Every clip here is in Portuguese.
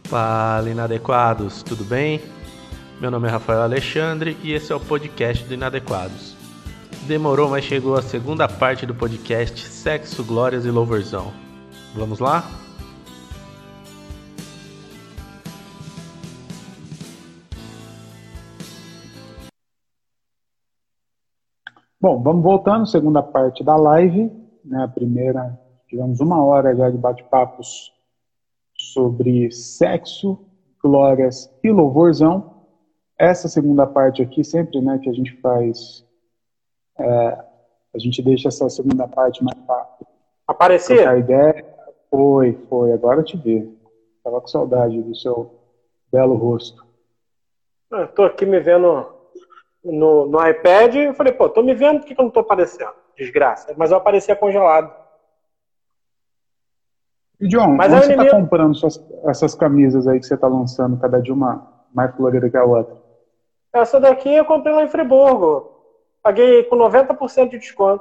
Fala, inadequados, tudo bem? Meu nome é Rafael Alexandre e esse é o podcast do Inadequados. Demorou, mas chegou a segunda parte do podcast Sexo, Glórias e Louvorzão. Vamos lá? Bom, vamos voltando, segunda parte da live, né? A primeira, tivemos 1 hora já de bate-papos sobre sexo, glórias e louvorzão. Essa segunda parte aqui, sempre, né, que a gente faz, a gente deixa essa segunda parte mais para Aparecer? trocar ideia. Foi, agora eu te vi. Tava com saudade do seu belo rosto. Eu tô aqui me vendo no iPad e eu falei, pô, tô me vendo, por que eu não tô aparecendo? Desgraça. Mas eu aparecia congelado. E, John, Mas onde é o você está inimigo. comprando essas camisas aí que você está lançando, cada dia uma mais colorida que a outra? Essa daqui eu comprei lá em Friburgo. Paguei com 90% de desconto.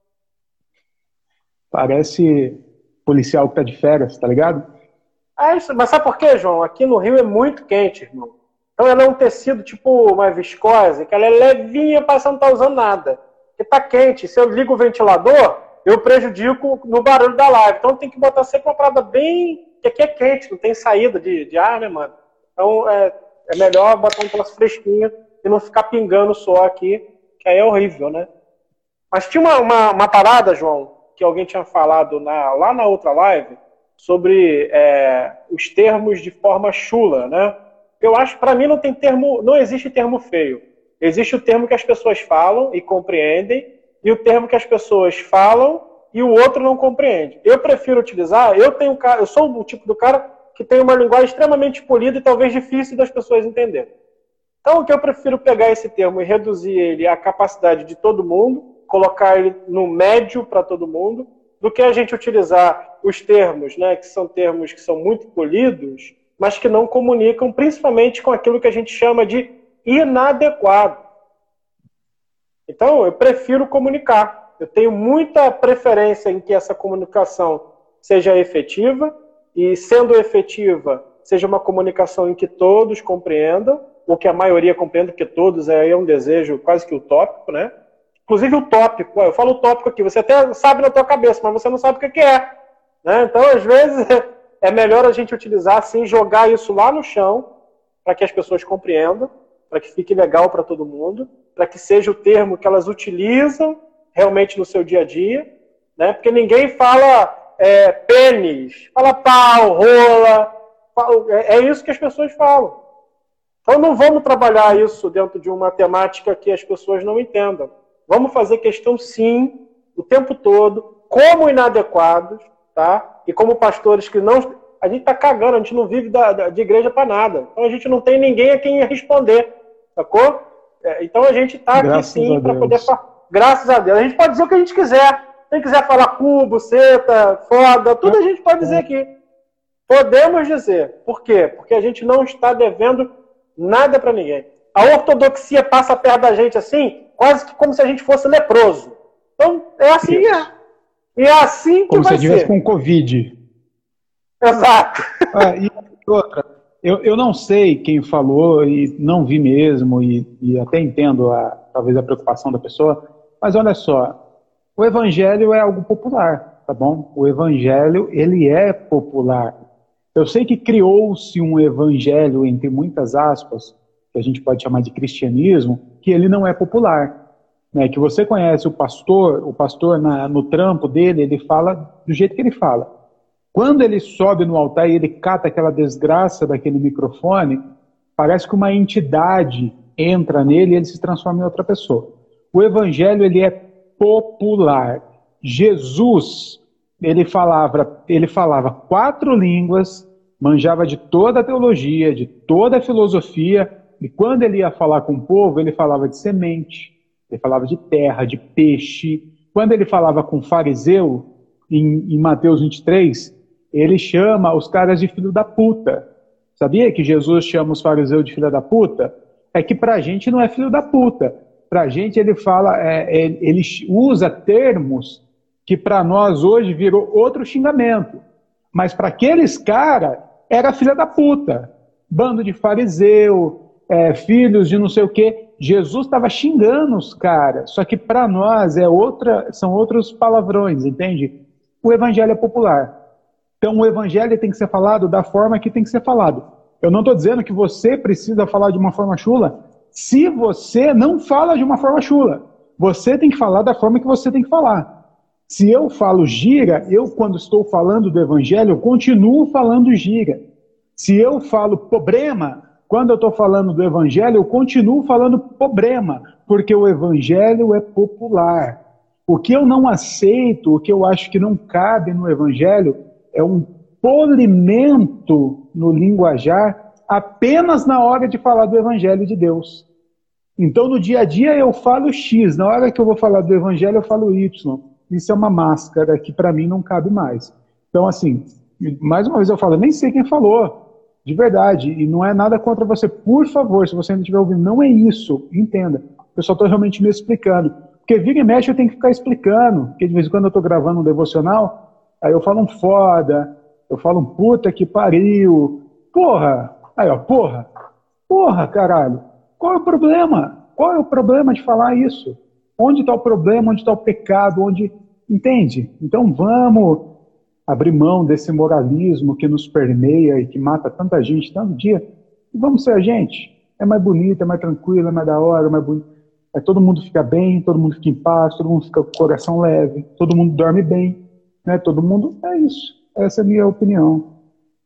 Parece policial que tá de férias, tá ligado? Ah, isso. Mas sabe por quê, João? Aqui no Rio é muito quente, irmão. Então ela é um tecido tipo uma viscose, que ela é levinha, parece que não tá usando nada. Porque tá quente. Se eu ligo o ventilador, eu prejudico no barulho da live. Então tem que botar sempre uma parada bem... Porque aqui é quente, não tem saída de ar, né, mano? Então é melhor botar um troço fresquinho e não ficar pingando só aqui, que aí é horrível, né? Mas tinha uma parada, João, que alguém tinha falado lá na outra live, sobre os termos de forma chula, né? Eu acho que para mim não existe termo feio. Existe o termo que as pessoas falam e compreendem, e o termo que as pessoas falam e o outro não compreende. Eu prefiro utilizar, eu sou o tipo do cara que tem uma linguagem extremamente polida e talvez difícil das pessoas entenderem. Então, o que eu prefiro pegar esse termo e reduzir ele à capacidade de todo mundo, colocar ele no médio para todo mundo, do que a gente utilizar os termos, né, que são termos que são muito polidos, mas que não comunicam, principalmente com aquilo que a gente chama de inadequado. Então, eu prefiro comunicar. Eu tenho muita preferência em que essa comunicação seja efetiva, e sendo efetiva, seja uma comunicação em que todos compreendam, ou que a maioria compreenda, porque todos é um desejo quase que utópico, né? Inclusive utópico, eu falo utópico aqui, você até sabe na tua cabeça, mas você não sabe o que é. Né? Então, às vezes, é melhor a gente utilizar assim, jogar isso lá no chão, para que as pessoas compreendam, para que fique legal para todo mundo, para que seja o termo que elas utilizam realmente no seu dia a dia, né? Porque ninguém fala pênis, fala pau, rola, é isso que as pessoas falam. Então não vamos trabalhar isso dentro de uma temática que as pessoas não entendam. Vamos fazer questão, sim, o tempo todo, como inadequados, tá? E como pastores que não... A gente está cagando, a gente não vive de igreja para nada. Então a gente não tem ninguém a quem responder, sacou? Então a gente está aqui, sim, para poder falar. Graças a Deus. A gente pode dizer o que a gente quiser. Se quiser falar cubo, seta, foda, tudo a gente pode dizer aqui. Podemos dizer. Por quê? Porque a gente não está devendo nada para ninguém. A ortodoxia passa perto da gente assim, quase que como se a gente fosse leproso. Então, é assim. E é assim que como vai ser. Como se estivesse com Covid. Exato. E outra, eu não sei quem falou e não vi mesmo, e até entendo talvez a preocupação da pessoa, mas olha só, o evangelho é algo popular, tá bom? O evangelho, ele é popular. Eu sei que criou-se um evangelho, entre muitas aspas, que a gente pode chamar de cristianismo, que ele não é popular. Né? Que você conhece o pastor no trampo dele, ele fala do jeito que ele fala. Quando ele sobe no altar e ele cata aquela desgraça daquele microfone, parece que uma entidade entra nele e ele se transforma em outra pessoa. O evangelho, ele é popular. Jesus... Ele falava 4 línguas, manjava de toda a teologia, de toda a filosofia, e quando ele ia falar com o povo, ele falava de semente, ele falava de terra, de peixe. Quando ele falava com o fariseu, em Mateus 23, ele chama os caras de filho da puta. Sabia que Jesus chama os fariseus de filho da puta? É que pra gente não é filho da puta. Pra gente ele usa termos que para nós hoje virou outro xingamento. Mas para aqueles caras era filha da puta. Bando de fariseu, filhos de não sei o quê. Jesus estava xingando os caras, só que para nós são outros palavrões, entende? O evangelho é popular. Então o evangelho tem que ser falado da forma que tem que ser falado. Eu não estou dizendo que você precisa falar de uma forma chula se você não fala de uma forma chula. Você tem que falar da forma que você tem que falar. Se eu falo gira, eu quando estou falando do evangelho, eu continuo falando gira. Se eu falo problema, quando eu estou falando do evangelho, eu continuo falando problema, porque o evangelho é popular. O que eu não aceito, o que eu acho que não cabe no evangelho, é um polimento no linguajar apenas na hora de falar do evangelho de Deus. Então, no dia a dia eu falo X, na hora que eu vou falar do evangelho eu falo Y. Isso é uma máscara que para mim não cabe mais. Então, assim, mais uma vez eu falo, nem sei quem falou, de verdade, e não é nada contra você. Por favor, se você ainda estiver ouvindo, não é isso, entenda. Eu só estou realmente me explicando. Porque vira e mexe eu tenho que ficar explicando, porque de vez em quando eu estou gravando um devocional, aí eu falo um foda, eu falo um puta que pariu, porra, aí ó, porra, caralho, qual é o problema? Qual é o problema de falar isso? Onde está o problema, onde está o pecado, entende? Então vamos abrir mão desse moralismo que nos permeia e que mata tanta gente tanto dia, e vamos ser a gente. É mais bonito, é mais tranquilo, é mais da hora, é mais bonito. Todo mundo fica bem, todo mundo fica em paz, todo mundo fica com o coração leve, todo mundo dorme bem, né? Todo mundo, é isso. Essa é a minha opinião.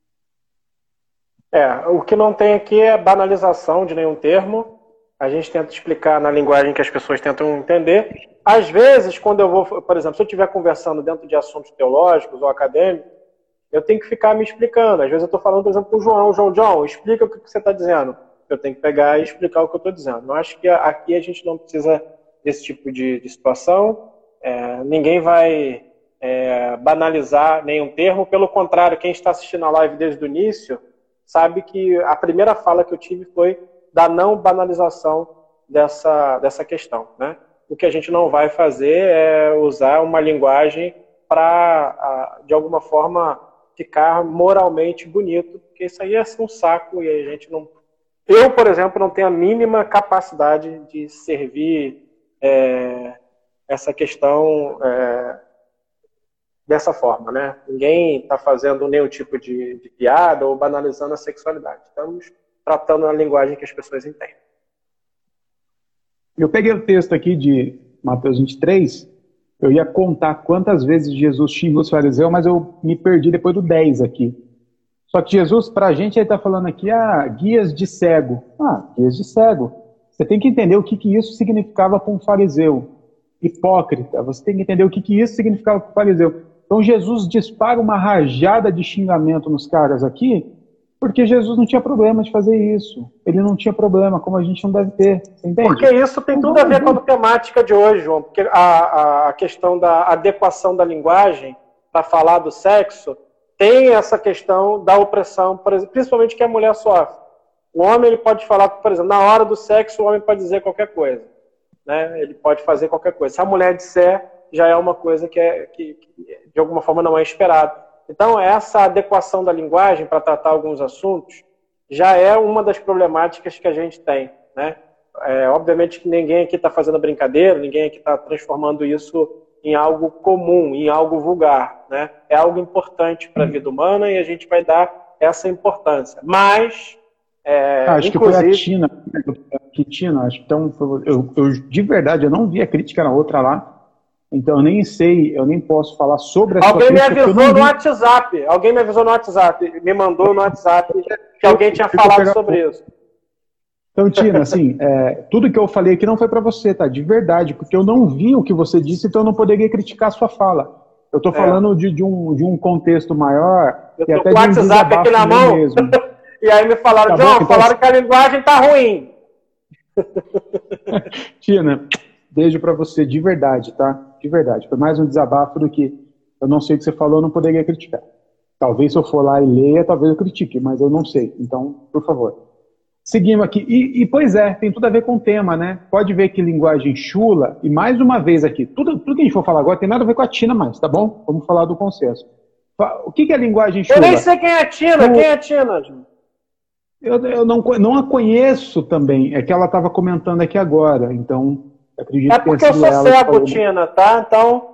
O que não tem aqui é banalização de nenhum termo. A gente tenta explicar na linguagem que as pessoas tentam entender. Às vezes, quando eu vou, por exemplo, se eu estiver conversando dentro de assuntos teológicos ou acadêmicos, eu tenho que ficar me explicando. Às vezes eu estou falando, por exemplo, com o João, explica o que você está dizendo. Eu tenho que pegar e explicar o que eu estou dizendo. Eu acho que aqui a gente não precisa desse tipo de situação. Ninguém vai banalizar nenhum termo. Pelo contrário, quem está assistindo a live desde o início sabe que a primeira fala que eu tive foi da não banalização dessa questão, né? O que a gente não vai fazer é usar uma linguagem para, de alguma forma, ficar moralmente bonito, porque isso aí é um saco e a gente não... Eu, por exemplo, não tenho a mínima capacidade de servir essa questão dessa forma, né? Ninguém está fazendo nenhum tipo de piada ou banalizando a sexualidade. Estamos tratando na linguagem que as pessoas entendem. Eu peguei o texto aqui de Mateus 23, eu ia contar quantas vezes Jesus xingou os fariseus, mas eu me perdi depois do 10 aqui. Só que Jesus, pra gente, ele está falando aqui, guias de cego. Guias de cego. Você tem que entender o que isso significava para um fariseu. Hipócrita. Você tem que entender o que isso significava para o fariseu. Então Jesus dispara uma rajada de xingamento nos caras aqui, porque Jesus não tinha problema de fazer isso. Ele não tinha problema, como a gente não deve ter. Você entende? Porque isso tem tudo a ver com a temática de hoje, João. Porque a questão da adequação da linguagem para falar do sexo tem essa questão da opressão, por exemplo, principalmente que a mulher sofre. O homem ele pode falar, por exemplo, na hora do sexo o homem pode dizer qualquer coisa, né? Ele pode fazer qualquer coisa. Se a mulher disser, já é uma coisa que de alguma forma não é esperado. Então essa adequação da linguagem para tratar alguns assuntos já é uma das problemáticas que a gente tem, né? Obviamente que ninguém aqui está fazendo brincadeira, ninguém aqui está transformando isso em algo comum, em algo vulgar, né? É algo importante para a vida humana e a gente vai dar essa importância. Mas, acho que foi a Tina, acho. Então, eu de verdade, eu não vi a crítica na outra lá, então eu nem sei, eu nem posso falar sobre essa Alguém me avisou no WhatsApp, me mandou no WhatsApp que alguém tinha falado sobre isso. Então, Tina, assim, tudo que eu falei aqui não foi para você, tá? De verdade, porque eu não vi o que você disse, então eu não poderia criticar a sua fala. Eu tô falando de um contexto maior. Eu tô com o WhatsApp aqui na mão, mesmo. E aí me falaram, tá João, falaram que a linguagem tá ruim. Tina, beijo para você, de verdade, tá? De verdade. Foi mais um desabafo do que eu não sei o que você falou, eu não poderia criticar. Talvez se eu for lá e leia, talvez eu critique, mas eu não sei. Então, por favor. Seguimos aqui. E pois tem tudo a ver com o tema, né? Pode ver que linguagem chula, e mais uma vez aqui, tudo que a gente for falar agora tem nada a ver com a Tina mais, tá bom? Vamos falar do consenso. O que é linguagem Eu chula? nem sei quem é a Tina. Quem é a Tina, João? Eu não a conheço também. É que ela estava comentando aqui agora. Então, acredito que porque eu sou cego, Tina, tá? Então,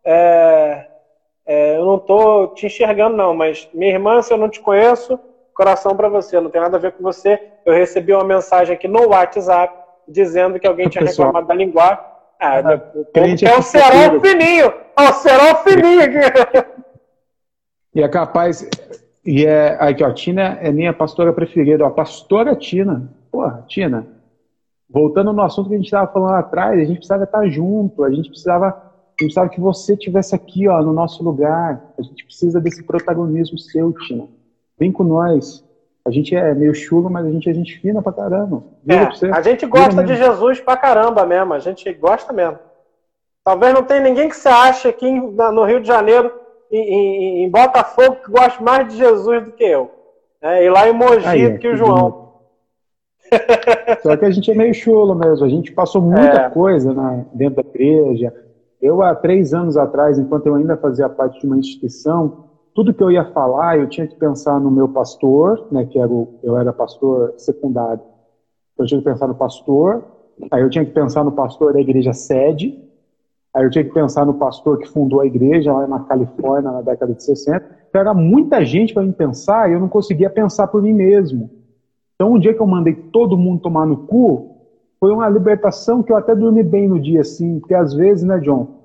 eu não tô te enxergando, não. Mas, minha irmã, se eu não te conheço, coração pra você. Não tem nada a ver com você. Eu recebi uma mensagem aqui no WhatsApp dizendo que alguém tinha reclamado da linguagem. É o cerol fininho. É o cerol fininho aqui. E é capaz... aqui, ó, Tina é minha pastora preferida. Ó, pastora Tina. Porra, Tina. Voltando no assunto que a gente estava falando lá atrás, a gente precisava estar junto. A gente precisava que você estivesse aqui, ó, no nosso lugar. A gente precisa desse protagonismo seu, Tina. Vem com nós. A gente é meio chulo, mas a gente é gente fina pra caramba. A gente gosta de Jesus pra caramba mesmo. A gente gosta mesmo. Talvez não tenha ninguém que você ache aqui no Rio de Janeiro, em Botafogo, que goste mais de Jesus do que eu. E lá em Mogi do que o João. Só que a gente é meio chulo mesmo. A gente passou muita coisa dentro da igreja. Eu, há 3 anos atrás, enquanto eu ainda fazia parte de uma instituição, tudo que eu ia falar, eu tinha que pensar no meu pastor, né, eu era pastor secundário. Então, eu tinha que pensar no pastor, aí eu tinha que pensar no pastor da igreja sede, aí eu tinha que pensar no pastor que fundou a igreja lá na Califórnia, na década de 60. Então, era muita gente para mim pensar e eu não conseguia pensar por mim mesmo. Então, um dia que eu mandei todo mundo tomar no cu, foi uma libertação que eu até dormi bem no dia, assim, porque às vezes, né, John,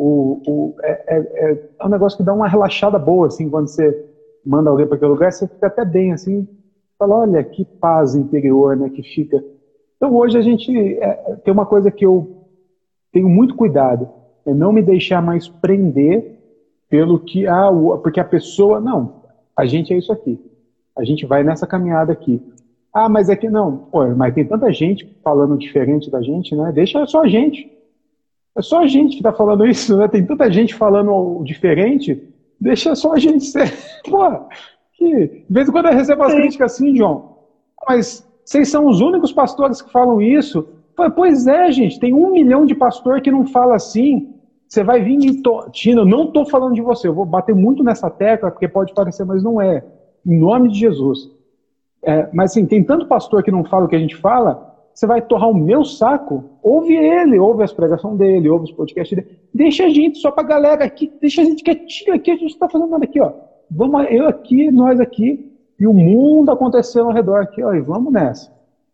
é um negócio que dá uma relaxada boa, assim, quando você manda alguém para aquele lugar, você fica até bem, assim, fala, olha, que paz interior, né, que fica. Então, hoje a gente tem uma coisa que eu tenho muito cuidado, é não me deixar mais prender pelo que, porque a pessoa, não, a gente é isso aqui, a gente vai nessa caminhada aqui. Mas é que não, mas tem tanta gente falando diferente da gente, né, deixa só a gente. É só a gente que está falando isso, né? Tem tanta gente falando diferente, deixa só a gente ser. De vez em quando eu recebo umas críticas assim, João, mas vocês são os únicos pastores que falam isso. Pois é, gente, tem 1 milhão de pastor que não fala assim. Você vai vir e Tina, eu não estou falando de você, eu vou bater muito nessa tecla, porque pode parecer, mas não é. Em nome de Jesus. Mas assim, tem tanto pastor que não fala o que a gente fala. Você vai torrar o meu saco? Ouve ele, ouve as pregações dele, ouve os podcasts dele. Deixa a gente só pra galera aqui, deixa a gente quietinho aqui, a gente não tá fazendo nada aqui, ó. Vamos, eu aqui, nós aqui, e o mundo acontecendo ao redor aqui, ó, e vamos nessa.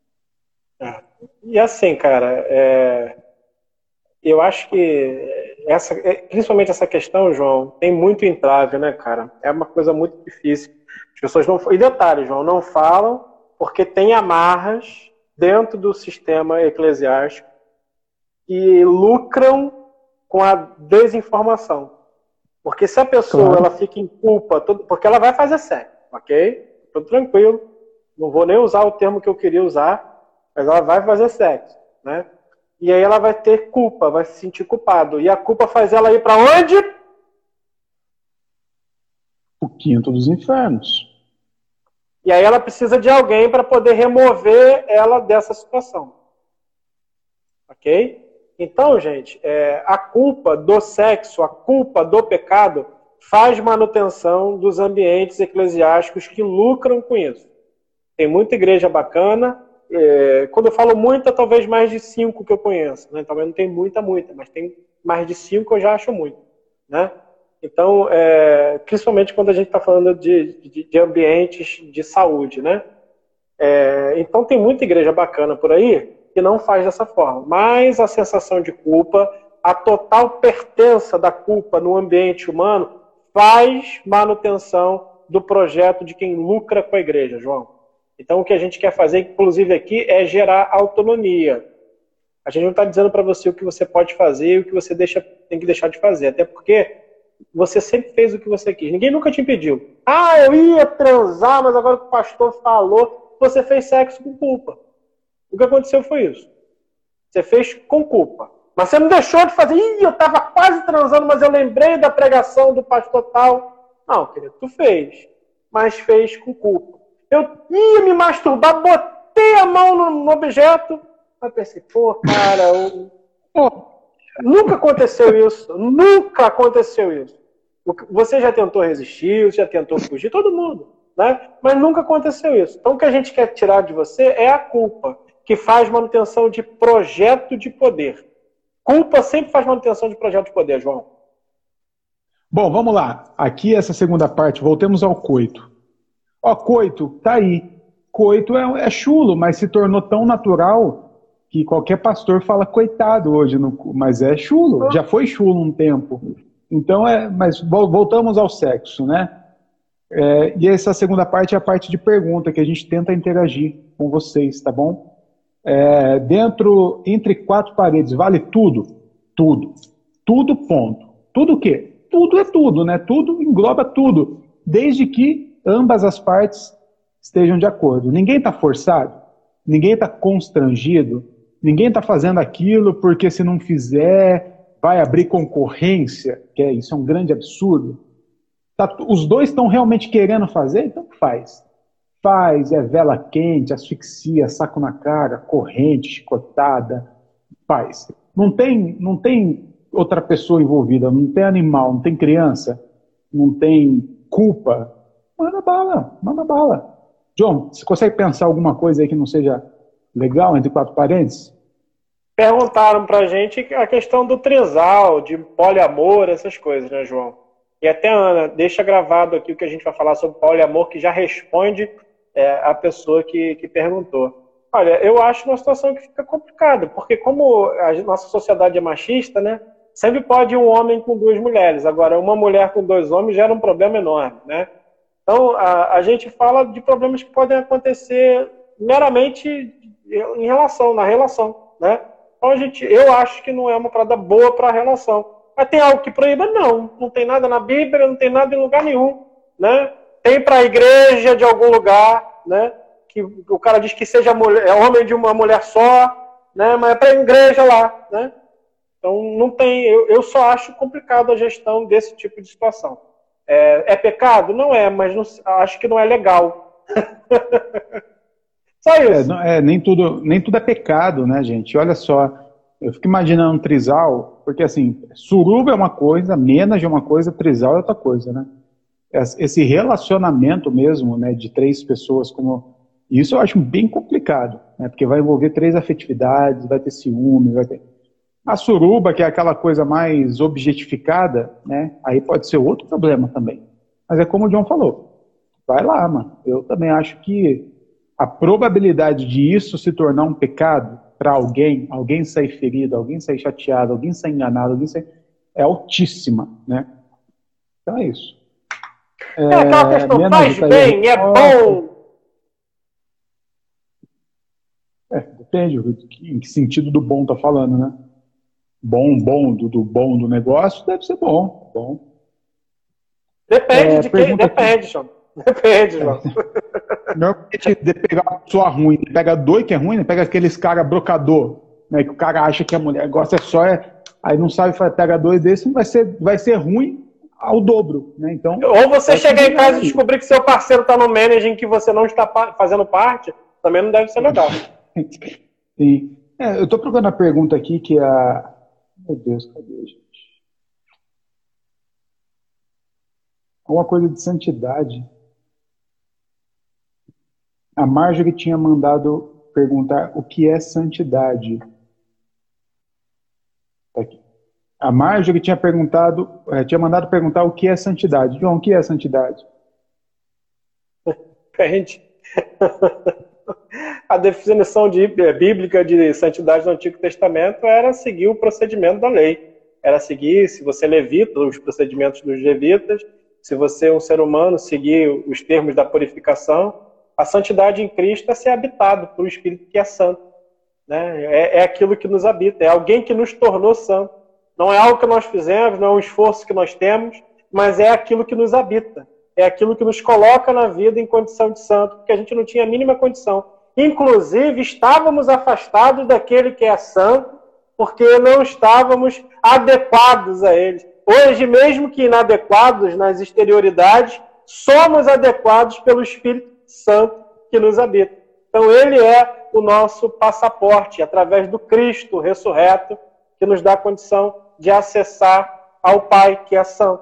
E assim, cara, eu acho que principalmente essa questão, João, tem muito entrave, né, cara? É uma coisa muito difícil. As pessoas não... E detalhe, João, não falam porque tem amarras dentro do sistema eclesiástico que lucram com a desinformação. Porque se a pessoa ela fica em culpa, porque ela vai fazer sexo, ok? Tô tranquilo, não vou nem usar o termo que eu queria usar, mas ela vai fazer sexo, né? E aí ela vai ter culpa, vai se sentir culpado. E a culpa faz ela ir para onde? O quinto dos infernos. E aí ela precisa de alguém para poder remover ela dessa situação. Ok? Então, gente, a culpa do sexo, a culpa do pecado, faz manutenção dos ambientes eclesiásticos que lucram com isso. Tem muita igreja bacana. Quando eu falo muita, talvez mais de 5 que eu conheço. Né? Talvez não tem muita, mas tem mais de 5 que eu já acho muito. Né? Então, principalmente quando a gente está falando de ambientes de saúde, né? Então, tem muita igreja bacana por aí que não faz dessa forma. Mas a sensação de culpa, a total pertença da culpa no ambiente humano, faz manutenção do projeto de quem lucra com a igreja, João. Então, o que a gente quer fazer, inclusive aqui, é gerar autonomia. A gente não está dizendo para você o que você pode fazer e o que você tem que deixar de fazer. Até porque você sempre fez o que você quis. Ninguém nunca te impediu. Eu ia transar, mas agora que o pastor falou, você fez sexo com culpa. O que aconteceu foi isso. Você fez com culpa. Mas você não deixou de fazer. Eu estava quase transando, mas eu lembrei da pregação do pastor tal. Não, querido, tu fez. Mas fez com culpa. Eu ia me masturbar, botei a mão no objeto. Aí pensei, cara, nunca aconteceu isso. Nunca aconteceu isso. Você já tentou resistir, você já tentou fugir, todo mundo, né? Mas nunca aconteceu isso. Então o que a gente quer tirar de você é a culpa, que faz manutenção de projeto de poder. Culpa sempre faz manutenção de projeto de poder, João. Bom, vamos lá. Aqui essa segunda parte, voltemos ao coito. Ó, coito, tá aí. Coito é chulo, mas se tornou tão natural que qualquer pastor fala coitado hoje, mas é chulo, já foi chulo um tempo. Então, mas voltamos ao sexo, né? E essa segunda parte é a parte de pergunta, que a gente tenta interagir com vocês, tá bom? Entre quatro paredes, vale tudo? Tudo. Tudo, ponto. Tudo o quê? Tudo é tudo, né? Tudo engloba tudo, desde que ambas as partes estejam de acordo. Ninguém está forçado, ninguém está constrangido, ninguém está fazendo aquilo porque se não fizer vai abrir concorrência, isso é um grande absurdo. Os dois estão realmente querendo fazer, então faz. Faz, vela quente, asfixia, saco na cara, corrente, chicotada, faz. Não tem outra pessoa envolvida, não tem animal, não tem criança, não tem culpa. Manda bala, manda bala. John, você consegue pensar alguma coisa aí que não seja legal entre quatro paredes? Perguntaram pra gente a questão do trisal, de poliamor, essas coisas, né, João? E até, Ana, deixa gravado aqui o que a gente vai falar sobre poliamor, que já responde a pessoa que perguntou. Olha, eu acho uma situação que fica complicada, porque como a nossa sociedade é machista, né, sempre pode um homem com duas mulheres. Agora, uma mulher com dois homens gera um problema enorme, né? Então, a gente fala de problemas que podem acontecer meramente na relação, né? Então, eu acho que não é uma parada boa para a relação. Mas tem algo que proíba? Não. Não tem nada na Bíblia, não tem nada em lugar nenhum, né? Tem para a igreja de algum lugar, né? Que o cara diz que seja homem de uma mulher só, né? Mas é para a igreja lá, né? Então, não tem. Eu só acho complicado a gestão desse tipo de situação. É pecado? Não é, mas acho que não é legal. Só isso. Nem tudo é pecado, né, gente? Olha só, eu fico imaginando um trisal, porque assim, suruba é uma coisa, menage é uma coisa, trisal é outra coisa, né? Esse relacionamento mesmo, né, de três pessoas, isso eu acho bem complicado, né? Porque vai envolver três afetividades, vai ter ciúme, vai ter... A suruba, que é aquela coisa mais objetificada, né? Aí pode ser outro problema também. Mas é como o John falou, vai lá, mano. Eu também acho que a probabilidade de isso se tornar um pecado para alguém sair ferido, alguém sair chateado, alguém sair enganado, é altíssima, né? Então é isso. Aquela questão, faz bem, é bom. Depende em que sentido do bom tá falando, né? Bom do negócio deve ser bom. Depende de quem, depende, João. Depende, João. Normalmente, de pegar uma pessoa ruim, pega dois que é ruim, né? Pega aqueles cara brocador, né? Que o cara acha que a mulher gosta aí não sabe, pega dois desses, vai ser ruim ao dobro, né? Então, ou você chegar em casa e descobrir que seu parceiro está no managing que você não está fazendo parte, também não deve ser legal. Sim. Eu estou procurando a pergunta aqui que meu Deus, cadê, gente? Alguma coisa de santidade. A Marjorie tinha mandado perguntar o que é santidade. Tá aqui. A Marjorie tinha mandado perguntar o que é santidade. João, o que é santidade? Depende. A definição bíblica de santidade no Antigo Testamento era seguir o procedimento da lei. Era seguir, se você é levita, os procedimentos dos levitas, se você é um ser humano, seguir os termos da purificação. A santidade em Cristo é ser habitado por um Espírito que é santo, né? É aquilo que nos habita, é alguém que nos tornou santo. Não é algo que nós fizemos, não é um esforço que nós temos, mas é aquilo que nos habita. É aquilo que nos coloca na vida em condição de santo, porque a gente não tinha a mínima condição. Inclusive, estávamos afastados daquele que é santo, porque não estávamos adequados a ele. Hoje, mesmo que inadequados nas exterioridades, somos adequados pelo Espírito Santo que nos habita. Então, ele é o nosso passaporte, através do Cristo ressurreto, que nos dá a condição de acessar ao Pai, que é santo.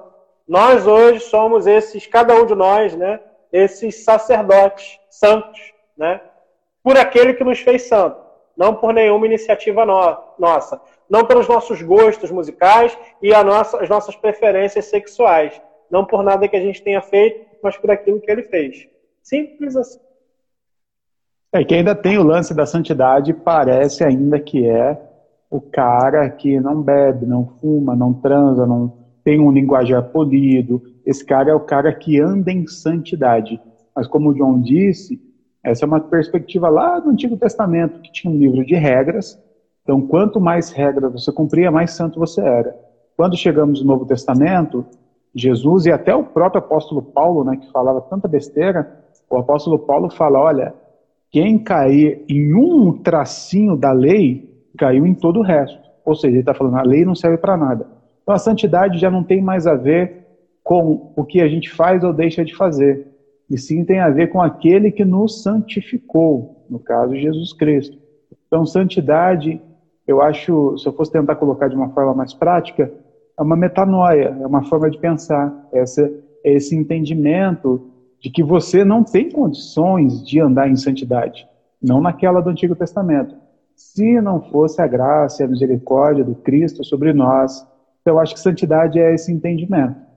Nós hoje somos esses, cada um de nós, né, esses sacerdotes santos, né, por aquele que nos fez santo, não por nenhuma iniciativa nossa, não pelos nossos gostos musicais e as nossas preferências sexuais, não por nada que a gente tenha feito, mas por aquilo que ele fez. Simples assim. Que ainda tem o lance da santidade, parece ainda que é o cara que não bebe, não fuma, não transa, não tem um linguajar polido. Esse cara é o cara que anda em santidade. Mas como o John disse, essa é uma perspectiva lá do Antigo Testamento, que tinha um livro de regras. Então, quanto mais regras você cumpria, mais santo você era. Quando chegamos no Novo Testamento, Jesus e até o próprio apóstolo Paulo, né, que falava tanta besteira, o apóstolo Paulo fala, olha, quem cair em um tracinho da lei, caiu em todo o resto. Ou seja, ele está falando, a lei não serve para nada. Então a santidade já não tem mais a ver com o que a gente faz ou deixa de fazer. E sim tem a ver com aquele que nos santificou, no caso Jesus Cristo. Então santidade, eu acho, se eu fosse tentar colocar de uma forma mais prática, é uma metanoia, é uma forma de pensar. Esse entendimento de que você não tem condições de andar em santidade, não naquela do Antigo Testamento. Se não fosse a graça e a misericórdia do Cristo sobre nós, eu acho que santidade é esse entendimento. O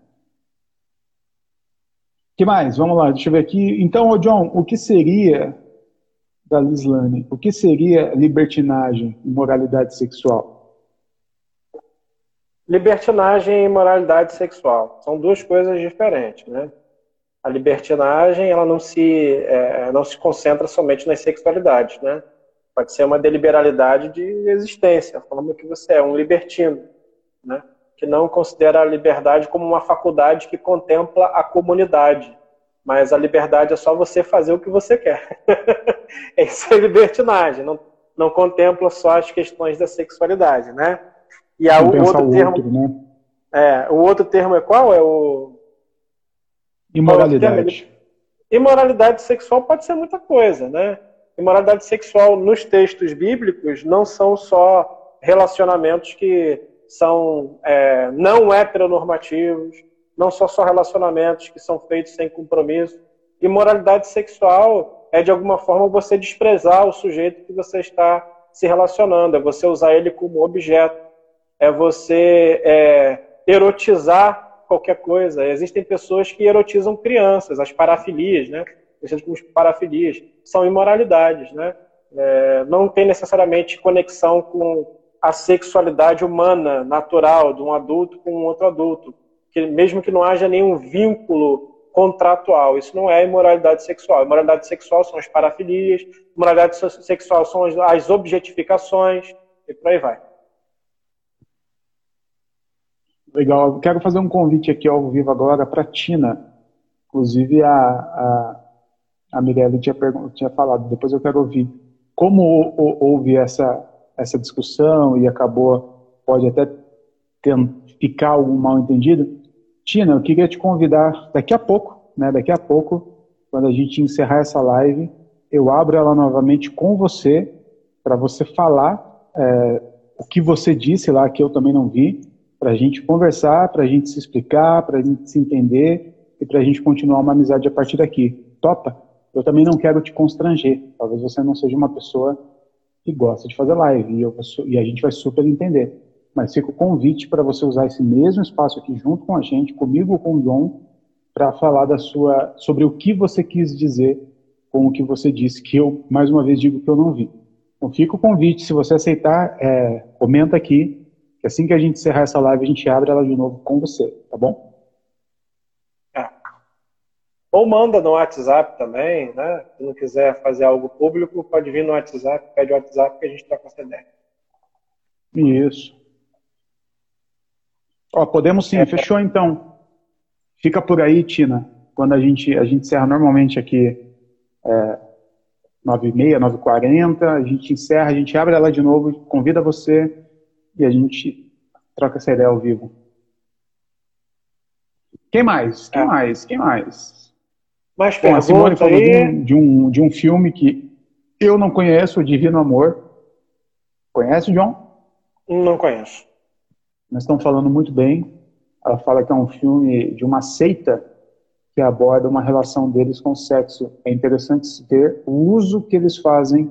que mais? Vamos lá, deixa eu ver aqui. Então, John, o que seria, da Lislane, o que seria libertinagem e moralidade sexual? Libertinagem e moralidade sexual são duas coisas diferentes, né? A libertinagem, ela não se concentra somente nas sexualidades, né? Pode ser uma deliberalidade de existência, falando que você é um libertino, né? Que não considera a liberdade como uma faculdade que contempla a comunidade, mas a liberdade é só você fazer o que você quer. Isso é libertinagem, não contempla só as questões da sexualidade, né? E o outro termo, né? O outro termo é qual? É o imoralidade. Imoralidade sexual pode ser muita coisa, né? Imoralidade sexual nos textos bíblicos não são só relacionamentos que são não heteronormativos, não são só relacionamentos que são feitos sem compromisso. Imoralidade sexual é, de alguma forma, você desprezar o sujeito que você está se relacionando, é você usar ele como objeto, é você erotizar qualquer coisa. Existem pessoas que erotizam crianças, as parafilias, né? Como parafilias, são imoralidades, né? Não tem necessariamente conexão com a sexualidade humana, natural, de um adulto com um outro adulto, mesmo que não haja nenhum vínculo contratual. Isso não é imoralidade sexual. Imoralidade sexual são as parafilias, imoralidade sexual são as objetificações, e por aí vai. Legal. Quero fazer um convite aqui ao vivo agora para a Tina. Inclusive, a Mirelle tinha falado, depois eu quero ouvir. Como houve essa discussão e pode até ficar algum mal entendido, Tina, eu queria te convidar daqui a pouco, quando a gente encerrar essa live, eu abro ela novamente com você, para você falar o que você disse lá, que eu também não vi, para a gente conversar, para a gente se explicar, para a gente se entender e para a gente continuar uma amizade a partir daqui. Topa? Eu também não quero te constranger. Talvez você não seja uma pessoa que gosta de fazer live e a gente vai super entender. Mas fica o convite para você usar esse mesmo espaço aqui junto com a gente, comigo ou com o John, para falar sobre o que você quis dizer com o que você disse, que eu, mais uma vez, digo que eu não vi. Então fica o convite, se você aceitar, comenta aqui, que assim que a gente encerrar essa live, a gente abre ela de novo com você, tá bom? Ou manda no WhatsApp também, né? Se não quiser fazer algo público, pode vir no WhatsApp, pede o WhatsApp que a gente troca essa ideia. Isso. Podemos sim, fechou então. Fica por aí, Tina. Quando a gente encerra normalmente aqui 9h30, 9h40, a gente encerra, a gente abre ela de novo, convida você e a gente troca essa ideia ao vivo. Quem mais? Mais Bom, a Simone falou aí? de um filme que eu não conheço, O Divino Amor. Conhece, John? Não conheço. Nós estamos falando muito bem. Ela fala que é um filme de uma seita que aborda uma relação deles com o sexo. É interessante ver o uso que eles fazem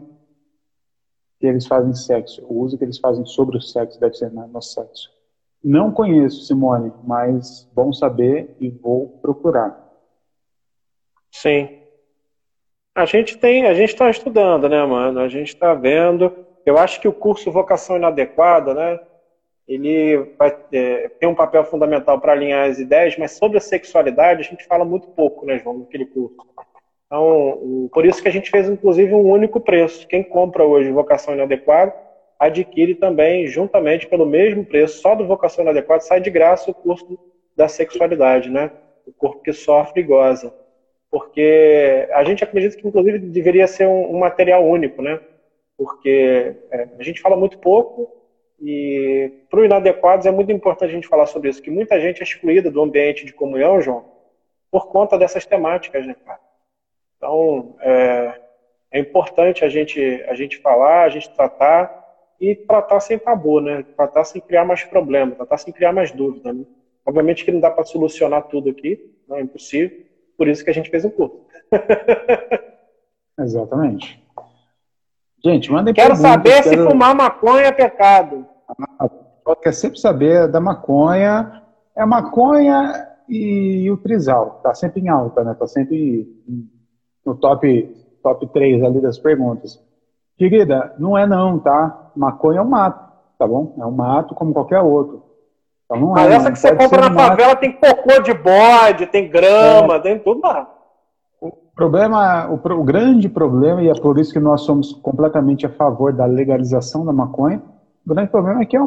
sexo, o uso que eles fazem sobre o sexo, deve ser no sexo. Não conheço, Simone, mas bom saber e vou procurar. Sim. A gente está estudando, né, mano? A gente está vendo. Eu acho que o curso Vocação Inadequada, né, ele vai ter um papel fundamental para alinhar as ideias, mas sobre a sexualidade a gente fala muito pouco, né, João, naquele curso. Então, por isso que a gente fez, inclusive, um único preço. Quem compra hoje Vocação Inadequada adquire também, juntamente pelo mesmo preço, só do Vocação Inadequada, sai de graça o curso da sexualidade, né? O corpo que sofre e goza. Porque a gente acredita que, inclusive, deveria ser um material único, né? Porque a gente fala muito pouco e, para o Inadequados, é muito importante a gente falar sobre isso, que muita gente é excluída do ambiente de comunhão, João, por conta dessas temáticas, né, cara? Então, é importante a gente falar, a gente tratar, e tratar sem tabu, né? Tratar sem criar mais problemas, tratar sem criar mais dúvida, né? Obviamente que não dá para solucionar tudo aqui, não é impossível, por isso que a gente fez um curso. Exatamente. Gente, mandem Quero perguntas. Saber se fumar maconha é pecado. Quer sempre saber da maconha. É a maconha e o trisal. Tá sempre em alta, né? Tá sempre no top 3 ali das perguntas. Querida, não é não, tá? Maconha é um mato, tá bom? É um mato como qualquer outro. Então não Mas essa que você compra na favela tem cocô de bode, tem grama, tem tudo lá. O grande problema, e é por isso que nós somos completamente a favor da legalização da maconha, o grande problema é que é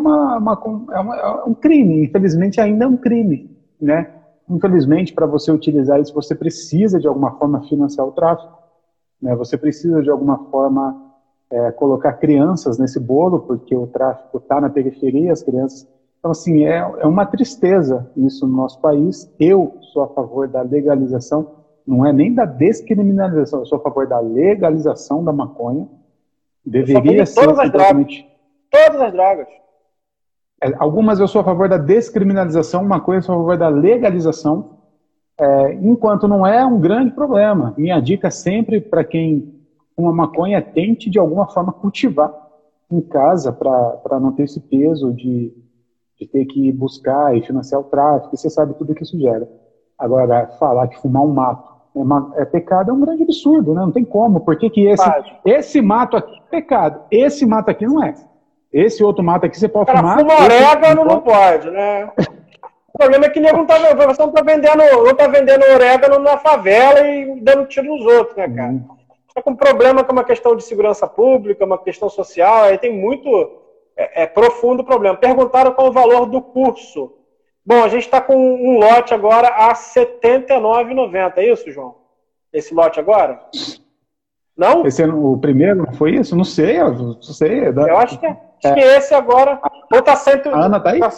um crime. Infelizmente ainda é um crime, né? Infelizmente, para você utilizar isso, você precisa de alguma forma financiar o tráfico, né? Você precisa de alguma forma colocar crianças nesse bolo, porque o tráfico está na periferia, as crianças... Então, assim, é uma tristeza isso no nosso país. Eu sou a favor da legalização, não é nem da descriminalização, eu sou a favor da legalização da maconha. Deveria ser... Todas as drogas. Algumas eu sou a favor da descriminalização, maconha eu sou a favor da legalização, enquanto não é um grande problema. Minha dica sempre para quem uma maconha tente de alguma forma cultivar em casa para não ter esse peso de ter que buscar e financiar o tráfico, e você sabe tudo que isso gera. Agora, falar que fumar um mato é pecado é um grande absurdo, né? Não tem como. Por que esse mato aqui é pecado? Esse mato aqui não é. Esse outro mato aqui você pode fumar. Fuma orégano não pode, né? O problema é que você não tá vendendo orégano na favela e dando tiro nos outros, né, cara? Está com um problema que é uma questão de segurança pública, uma questão social, aí tem muito profundo o problema. Perguntaram qual o valor do curso. Bom, a gente está com um lote agora a R$ 79,90, é isso, João? Esse lote agora? Não? O primeiro não foi isso? Não sei, eu sei. Eu acho que esse agora... Ou tá cento... A Ana tá aí?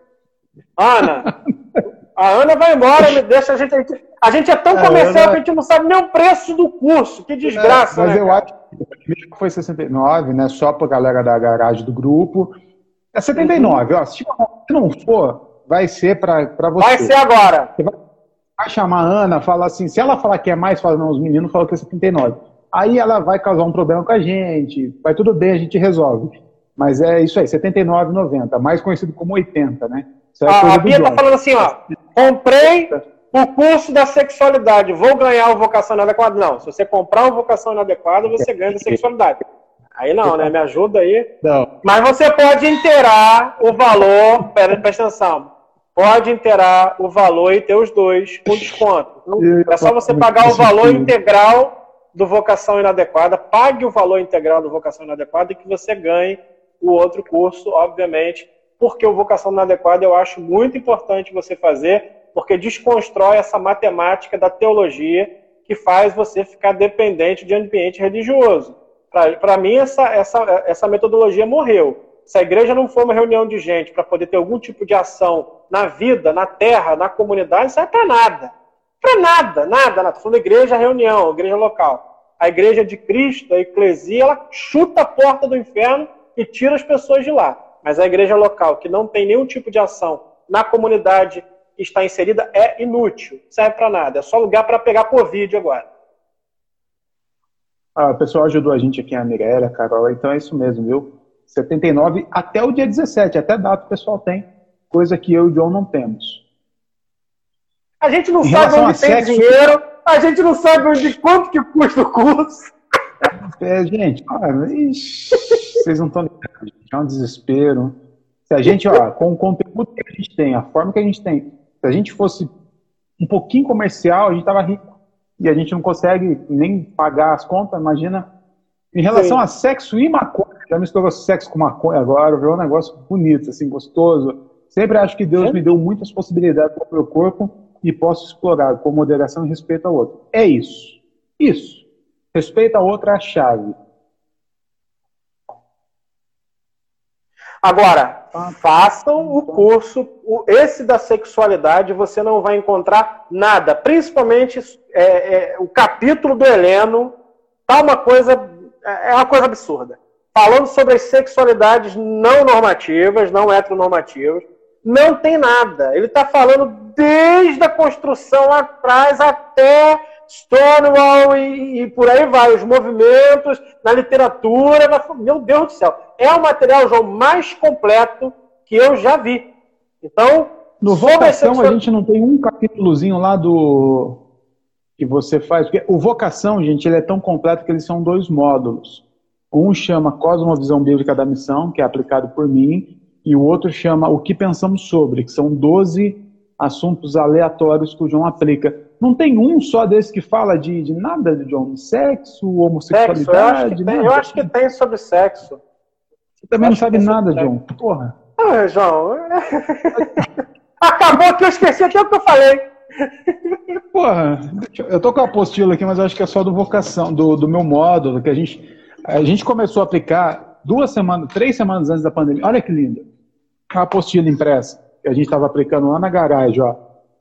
Ana, a Ana vai embora, me deixa a gente... A gente é tão comercial que a gente não sabe nem o preço do curso. Que desgraça, mas né? Eu acho que o primeiro foi 69, né? Só pra galera da garagem do grupo. É 79, ó. Se não for, vai ser pra você. Vai ser agora. Você vai chamar a Ana, falar assim, se ela falar que é mais, fala, não, os meninos falam que é 79. Aí ela vai causar um problema com a gente, vai tudo bem, a gente resolve. Mas é isso aí, 79,90, mais conhecido como 80, né? A Bia tá falando assim, ó, comprei o curso da sexualidade, vou ganhar o Vocação Inadequada? Não, se você comprar o Vocação Inadequada, você ganha da sexualidade. Aí não, né? Me ajuda aí. Não. Mas você pode inteirar o valor, presta atenção, pode inteirar o valor e ter os dois com desconto. É só você pagar o valor integral do Vocação Inadequada, pague o valor integral do Vocação Inadequada e que você ganhe o outro curso, obviamente, porque o Vocação Inadequada eu acho muito importante você fazer, porque desconstrói essa matemática da teologia que faz você ficar dependente de ambiente religioso. Para mim, essa metodologia morreu. Se a igreja não for uma reunião de gente para poder ter algum tipo de ação na vida, na terra, na comunidade, não serve para nada. Para nada, nada. Estou falando igreja, reunião, igreja local. A igreja de Cristo, a eclesia, ela chuta a porta do inferno e tira as pessoas de lá. Mas a igreja local, que não tem nenhum tipo de ação na comunidade que está inserida é inútil, não serve para nada, é só lugar para pegar por vídeo agora. O pessoal ajudou a gente aqui, a Mirella, a Carol, então é isso mesmo, viu? 79 até o dia 17, até data o pessoal tem, coisa que eu e o John não temos. A gente não sabe onde tem dinheiro, a gente não sabe quanto que custa o curso. Gente, vocês não estão ligados, é um desespero. Se a gente, com o conteúdo que a gente tem, a forma que a gente tem, se a gente fosse um pouquinho comercial, a gente estava rico. E a gente não consegue nem pagar as contas, imagina. Em relação a sexo e maconha, já misturou sexo com maconha agora, virou um negócio bonito, assim, gostoso. Sempre acho que Deus me deu muitas possibilidades para o meu corpo e posso explorar com moderação e respeito ao outro. É isso. Isso. Respeito ao outro é a chave. Agora, façam o curso, esse da sexualidade, você não vai encontrar nada. Principalmente o capítulo do Heleno, tá uma coisa absurda. Falando sobre as sexualidades não normativas, não heteronormativas, não tem nada. Ele está falando desde a construção lá atrás até Stonewall e por aí vai, os movimentos, na literatura, meu Deus do céu. É o material, João, mais completo que eu já vi. Então, no Vocação a gente não tem um capítulozinho lá do que você faz, porque o Vocação, gente, ele é tão completo que eles são 2 módulos. Um chama Cosmovisão Bíblica da Missão, que é aplicado por mim, e o outro chama O que Pensamos Sobre, que são 12 assuntos aleatórios que o João aplica. Não tem um só desse que fala de nada, de John? Sexo, homossexualidade? Eu acho que tem sobre sexo. Você também não sabe nada, John. Porra. João. Acabou que eu esqueci até o que eu falei. Porra, eu tô com a apostila aqui, mas eu acho que é só do Vocação, do meu módulo, que a gente começou a aplicar 3 semanas antes da pandemia. Olha que linda. A apostila impressa, que a gente estava aplicando lá na garagem, ó.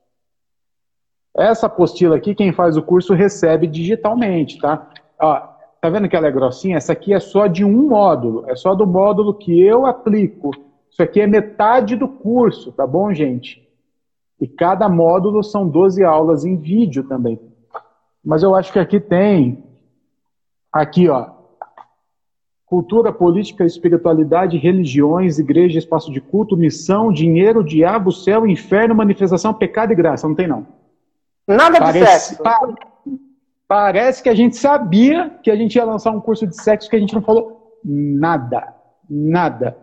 Essa apostila aqui, quem faz o curso recebe digitalmente, tá? Ó, tá vendo que ela é grossinha? Essa aqui é só de um módulo, é só do módulo que eu aplico. Isso aqui é metade do curso, tá bom, gente? E cada módulo são 12 aulas em vídeo também. Mas eu acho que aqui tem, aqui, ó, cultura, política, espiritualidade, religiões, igreja, espaço de culto, missão, dinheiro, diabo, céu, inferno, manifestação, pecado e graça. Não tem, não. Nada de sexo. Parece que a gente sabia que a gente ia lançar um curso de sexo que a gente não falou nada. Nada.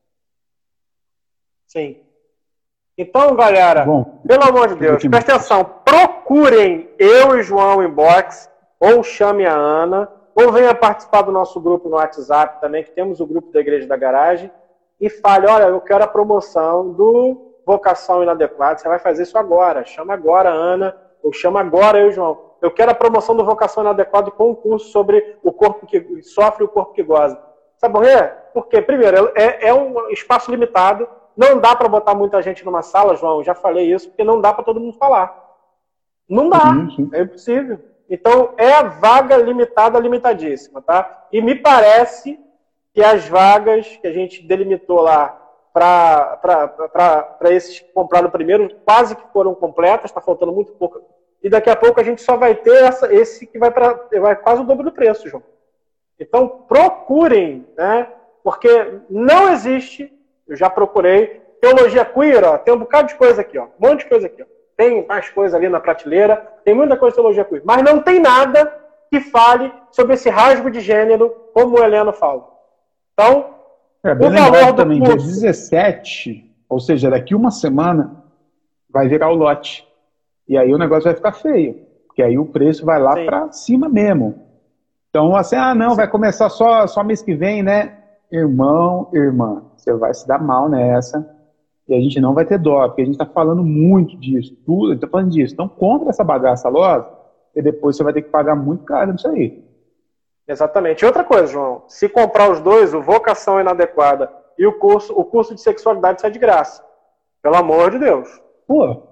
Sim. Então, galera, pelo amor de Deus, presta atenção. Procurem eu e João Inbox, ou chame a Ana, ou venha participar do nosso grupo no WhatsApp também, que temos o grupo da Igreja da Garagem, e fale, olha, eu quero a promoção do Vocação Inadequada, você vai fazer isso agora. Chama agora a Ana, ou chama agora eu, João. Eu quero a promoção do Vocação Inadequada com um curso sobre o corpo que sofre e o corpo que goza. Sabe por quê? Porque, primeiro, é um espaço limitado, não dá para botar muita gente numa sala, João, já falei isso, porque não dá para todo mundo falar. Não dá, é impossível. Então, é vaga limitada, limitadíssima, tá? E me parece que as vagas que a gente delimitou lá para esses que compraram primeiro, quase que foram completas, está faltando muito pouco. E daqui a pouco a gente só vai ter esse que vai quase o dobro do preço, João. Então, procurem, né? Porque não existe, eu já procurei, teologia queer, ó, tem um bocado de coisa aqui, ó, um monte de coisa aqui, ó. Tem mais coisa ali na prateleira, tem muita coisa de teologia queer, mas não tem nada que fale sobre esse rasgo de gênero, como o Heleno fala. Então, bem o valor do também, curso... dia 17, ou seja, daqui uma semana, vai virar o lote. E aí o negócio vai ficar feio, porque aí o preço vai lá para cima mesmo. Então, assim, não, vai começar só mês que vem, né? Irmão, irmã, você vai se dar mal nessa, e a gente não vai ter dó, porque a gente está falando muito disso, tudo, está falando disso. Então, compra essa bagaça logo, e depois você vai ter que pagar muito caro nisso aí. Exatamente. E outra coisa, João, se comprar os dois, o Vocação Inadequada e o curso de sexualidade sai de graça. Pelo amor de Deus. Pô.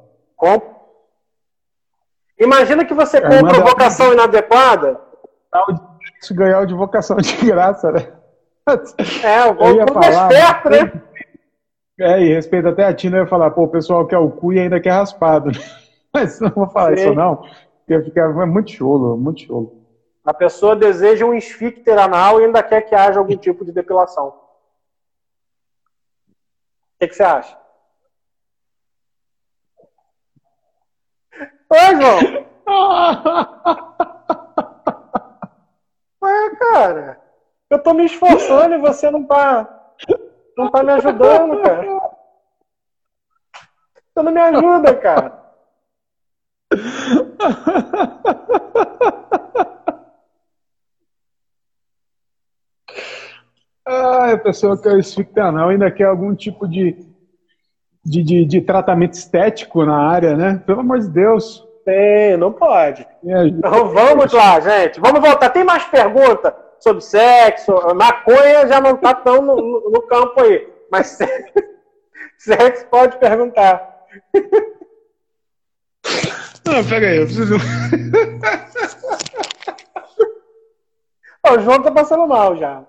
Imagina que você compra Vocação Inadequada. Ganhar o de Vocação de graça, né? O povo é esperto, né? E respeito até a Tina, eu ia falar, pô, o pessoal quer o cu e ainda quer raspado. Mas não vou falar Sim. isso não, porque é muito cholo, muito cholo. A pessoa deseja um esfíncter anal e ainda quer que haja algum tipo de depilação. O que você acha? Oi, João. Ué, cara. Eu tô me esforçando e você não tá me ajudando, cara. Você não me ajuda, cara. A pessoa quer o esfíncter anal ainda quer algum tipo de tratamento estético na área, né? Pelo amor de Deus. Tem, não pode. Me ajuda. Então vamos lá, gente. Vamos voltar. Tem mais perguntas sobre sexo? Maconha já não tá tão no campo aí. Mas sexo pode perguntar. Não, pega aí, eu preciso. O João tá passando mal já.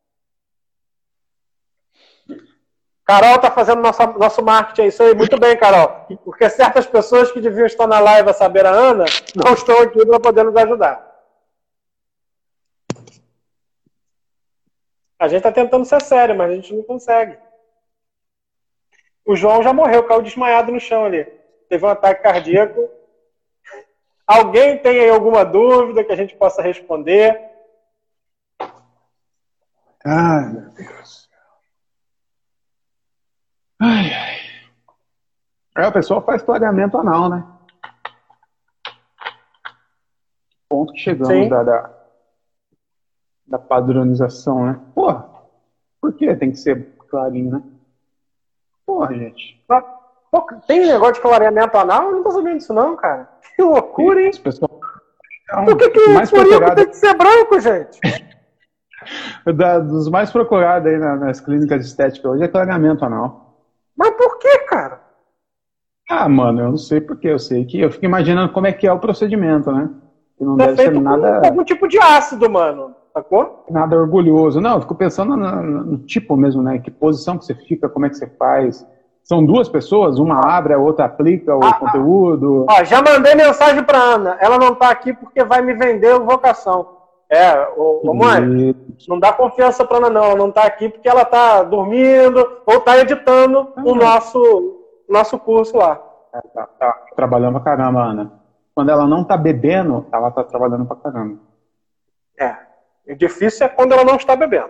Carol tá fazendo nosso marketing, é isso aí. Muito bem, Carol. Porque certas pessoas que deviam estar na live a saber a Ana não estão aqui para poder nos ajudar. A gente tá tentando ser sério, mas a gente não consegue. O João já morreu, caiu desmaiado no chão ali. Teve um ataque cardíaco. Alguém tem aí alguma dúvida que a gente possa responder? Ai, meu Deus. Ai, ai. O pessoal faz clareamento anal, né? Ponto que chegamos da padronização, né? Porra, por que tem que ser clarinho, né? Porra, gente. Pô, tem negócio de clareamento anal? Eu não tô sabendo disso não, cara. Que loucura, hein? Esse pessoal... Por que mais o furico procurado... tem que ser branco, gente? Dos mais procurados aí nas clínicas de estética hoje é clareamento anal. Mas por que, cara? Ah, mano, eu não sei porque. Eu sei que eu fico imaginando como é que é o procedimento, né? Que não É deve ser feito nada, com algum tipo de ácido, mano. Sacou? nada orgulhoso. Não, eu fico pensando no tipo mesmo, né? Que posição que você fica, como é que você faz. São duas pessoas, uma abre, a outra aplica o conteúdo. Ó, já mandei mensagem pra Ana. Ela não tá aqui porque vai me vender vocação. Mãe, não dá confiança pra Ana, não. Ela não tá aqui porque ela tá dormindo ou tá editando o nosso curso lá. Tá trabalhando pra caramba, Ana. Quando ela não tá bebendo, ela tá trabalhando pra caramba. O difícil é quando ela não está bebendo.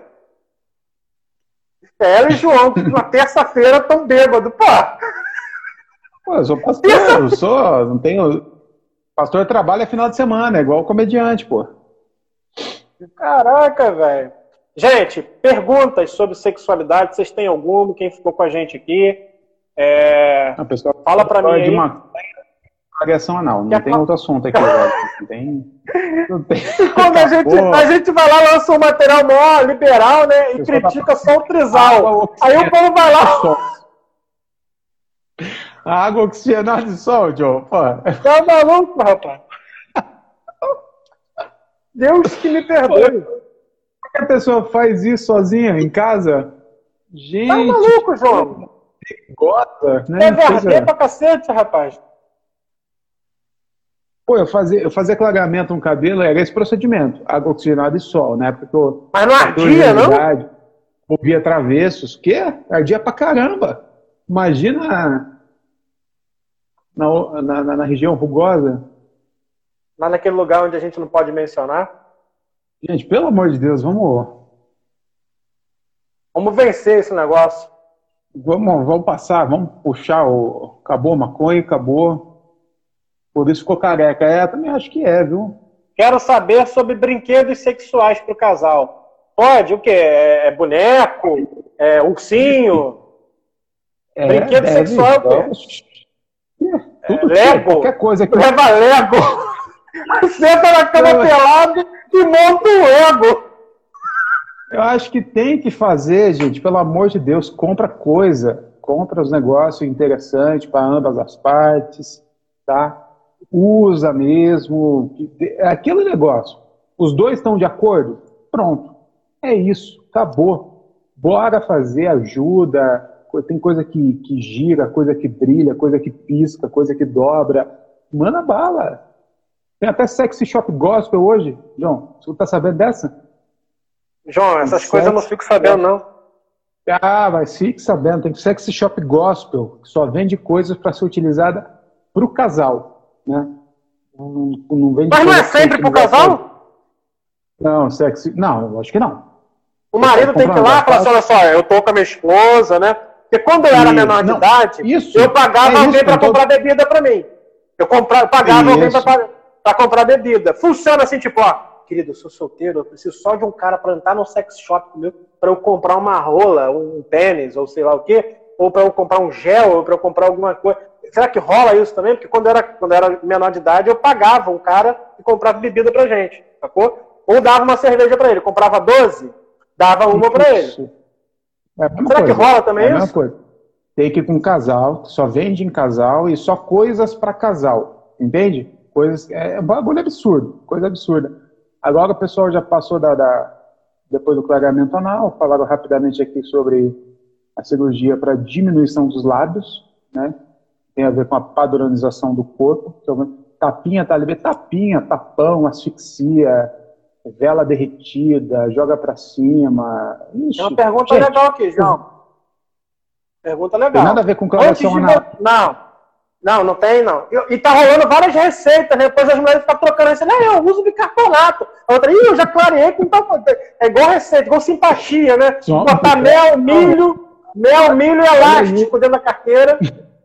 Ela e João, que na terça-feira estão bêbados. Pô, eu sou pastor, não tenho... Pastor trabalha final de semana, é igual comediante, pô. Caraca, velho. Gente, perguntas sobre sexualidade, vocês têm alguma? Quem ficou com a gente aqui? A pessoa fala pra mim aí. De uma agressão anal. Não tem outro assunto aqui, velho. Não tem. Quando a gente vai lá, lança um material mó liberal, né? E critica só o trisal. Aí o povo vai lá. A água oxigenada de sol, Joe. Pô. Tá maluco, rapaz? Deus que me perdoe. Por que a pessoa faz isso sozinha em casa? Gente. Tá maluco, João? Gosta, né? Deve arder pra cacete, rapaz. Pô, eu fazia clareamento no cabelo, era esse procedimento. Água oxigenada e sol, né? Porque mas não ardia, não? Ouvia travessos. Que? Ardia pra caramba. Imagina na região rugosa. Lá naquele lugar onde a gente não pode mencionar. Gente, pelo amor de Deus, vamos vencer esse negócio. Vamos passar, vamos puxar acabou a maconha, acabou. Por isso ficou careca. Também acho que viu? Quero saber sobre brinquedos sexuais pro casal. Pode? O quê? É boneco? É ursinho? Brinquedo sexual é o quê? Lego? Qualquer coisa que... Leva Lego! Senta na cama pelado e monta um Lego! Eu acho que tem que fazer, gente, pelo amor de Deus, compra os negócios interessantes para ambas as partes, tá? Usa mesmo, aquele negócio. Os dois estão de acordo? Pronto. É isso, acabou. Bora fazer ajuda, tem coisa que gira, coisa que brilha, coisa que pisca, coisa que dobra. Manda bala. Tem até sexy shop gospel hoje. João, você tá sabendo dessa? João, essas coisas eu não fico sabendo, não. Ah, mas fique sabendo. Tem sexy shop gospel, que só vende coisas para ser utilizada para o casal, né? Não vende. Mas não é sempre pro casal? Não, sexy. Não, acho que não. O marido tem que ir lá e falar assim, olha só, eu tô com a minha esposa, né? Porque quando eu era menor de idade, eu pagava alguém para comprar bebida para mim. Eu pagava alguém para comprar bebida. Funciona assim, tipo, ó, querido, eu sou solteiro, eu preciso só de um cara para entrar no sex shop comigo para eu comprar uma rola, um tênis, ou sei lá o quê, ou para eu comprar um gel, ou para eu comprar alguma coisa. Será que rola isso também? Porque quando eu era menor de idade, eu pagava um cara e comprava bebida pra gente, sacou? Ou dava uma cerveja para ele, comprava 12, dava uma para ele. Será que rola também isso? Coisa. Tem que ir com um casal, só vende em casal e só coisas para casal, entende? Coisas, é um bagulho absurdo, coisa absurda. Agora o pessoal já passou depois do clareamento anal, falaram rapidamente aqui sobre a cirurgia para diminuição dos lábios, né? Tem a ver com a padronização do corpo. Tapinha, tá ali, tapinha, tapão, asfixia, vela derretida, joga pra cima. Ixi, tem uma pergunta legal aqui, João. Pergunta legal. Tem nada a ver com clareação anal. Não tem, não. E tá rolando várias receitas, né? Depois as mulheres ficam trocando isso. Eu uso bicarbonato. A outra, eu já clareei com tal. É igual receita, igual simpatia, né? Botar mel, milho e elástico dentro da carteira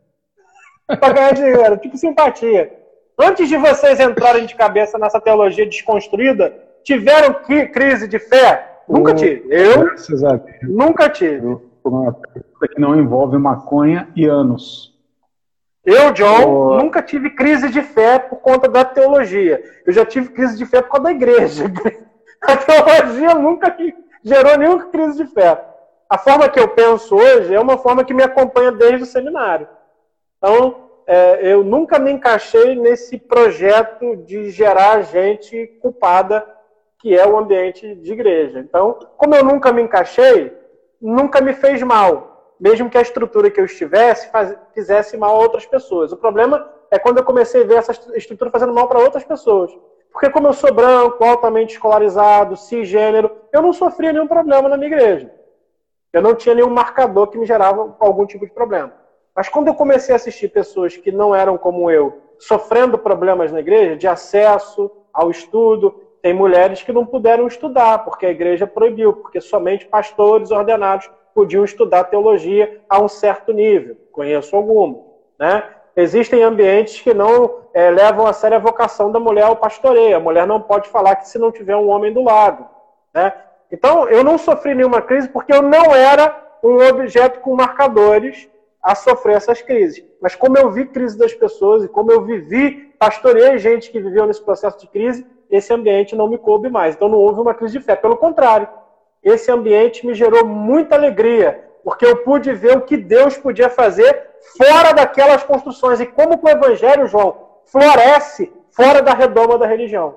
pra ganhar dinheiro. Tipo simpatia. Antes de vocês entrarem de cabeça nessa teologia desconstruída, tiveram crise de fé? Nunca tive. Eu nunca tive. Uma coisa que não envolve maconha e anos. Eu, John, nunca tive crise de fé por conta da teologia. Eu já tive crise de fé por causa da igreja. A teologia nunca gerou nenhuma crise de fé. A forma que eu penso hoje é uma forma que me acompanha desde o seminário. Então, eu nunca me encaixei nesse projeto de gerar gente culpada, que é o ambiente de igreja. Então, como eu nunca me encaixei, nunca me fez mal. Mesmo que a estrutura que eu estivesse fizesse mal a outras pessoas. O problema é quando eu comecei a ver essa estrutura fazendo mal para outras pessoas. Porque como eu sou branco, altamente escolarizado, cisgênero, eu não sofria nenhum problema na minha igreja. Eu não tinha nenhum marcador que me gerava algum tipo de problema. Mas quando eu comecei a assistir pessoas que não eram como eu, sofrendo problemas na igreja, de acesso ao estudo, tem mulheres que não puderam estudar, porque a igreja proibiu, porque somente pastores ordenados podiam estudar teologia a um certo nível. Conheço algumas, né? Existem ambientes que não levam a sério a vocação da mulher ao pastoreio. A mulher não pode falar que se não tiver um homem do lado, né? Então, eu não sofri nenhuma crise porque eu não era um objeto com marcadores a sofrer essas crises. Mas como eu vi crise das pessoas e como eu pastoreei gente que viveu nesse processo de crise, esse ambiente não me coube mais. Então não houve uma crise de fé. Pelo contrário, esse ambiente me gerou muita alegria, porque eu pude ver o que Deus podia fazer fora daquelas construções. E como que o Evangelho, João, floresce fora da redoma da religião.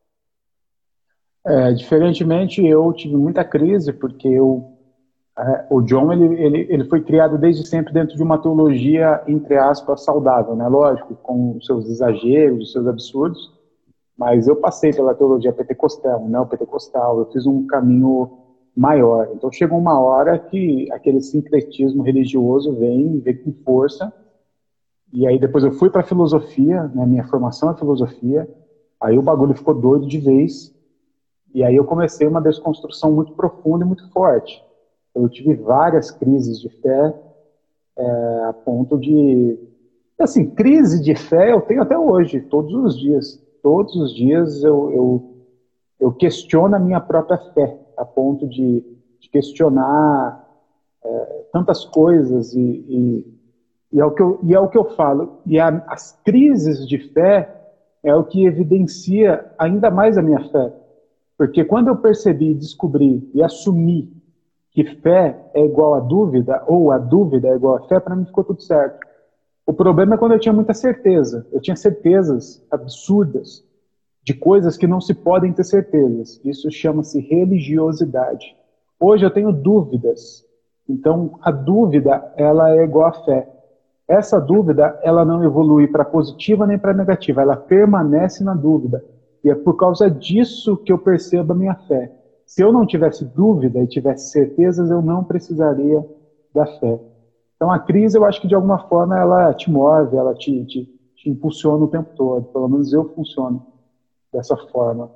Diferentemente, eu tive muita crise, porque o John ele foi criado desde sempre dentro de uma teologia, entre aspas, saudável, né? Lógico, com os seus exageros, os seus absurdos, mas eu passei pela teologia pentecostal, neopentecostal, eu fiz um caminho maior. Então chegou uma hora que aquele sincretismo religioso vem com força, e aí depois eu fui para a filosofia, né? Minha formação é filosofia, aí o bagulho ficou doido de vez, e aí eu comecei uma desconstrução muito profunda e muito forte. Eu tive várias crises de fé, a ponto de... Assim, crise de fé eu tenho até hoje, todos os dias. Todos os dias eu questiono a minha própria fé, a ponto de questionar tantas coisas, e é o que eu falo. E as crises de fé é o que evidencia ainda mais a minha fé. Porque quando eu percebi, descobri e assumi que fé é igual a dúvida, ou a dúvida é igual a fé, para mim ficou tudo certo. O problema é quando eu tinha muita certeza. Eu tinha certezas absurdas de coisas que não se podem ter certezas. Isso chama-se religiosidade. Hoje eu tenho dúvidas. Então, a dúvida, ela é igual à fé. Essa dúvida, ela não evolui para positiva nem para negativa, ela permanece na dúvida. E é por causa disso que eu percebo a minha fé. Se eu não tivesse dúvida e tivesse certezas, eu não precisaria da fé. Então, a crise, eu acho que de alguma forma ela te move, ela te impulsiona o tempo todo. Pelo menos eu funciono dessa forma.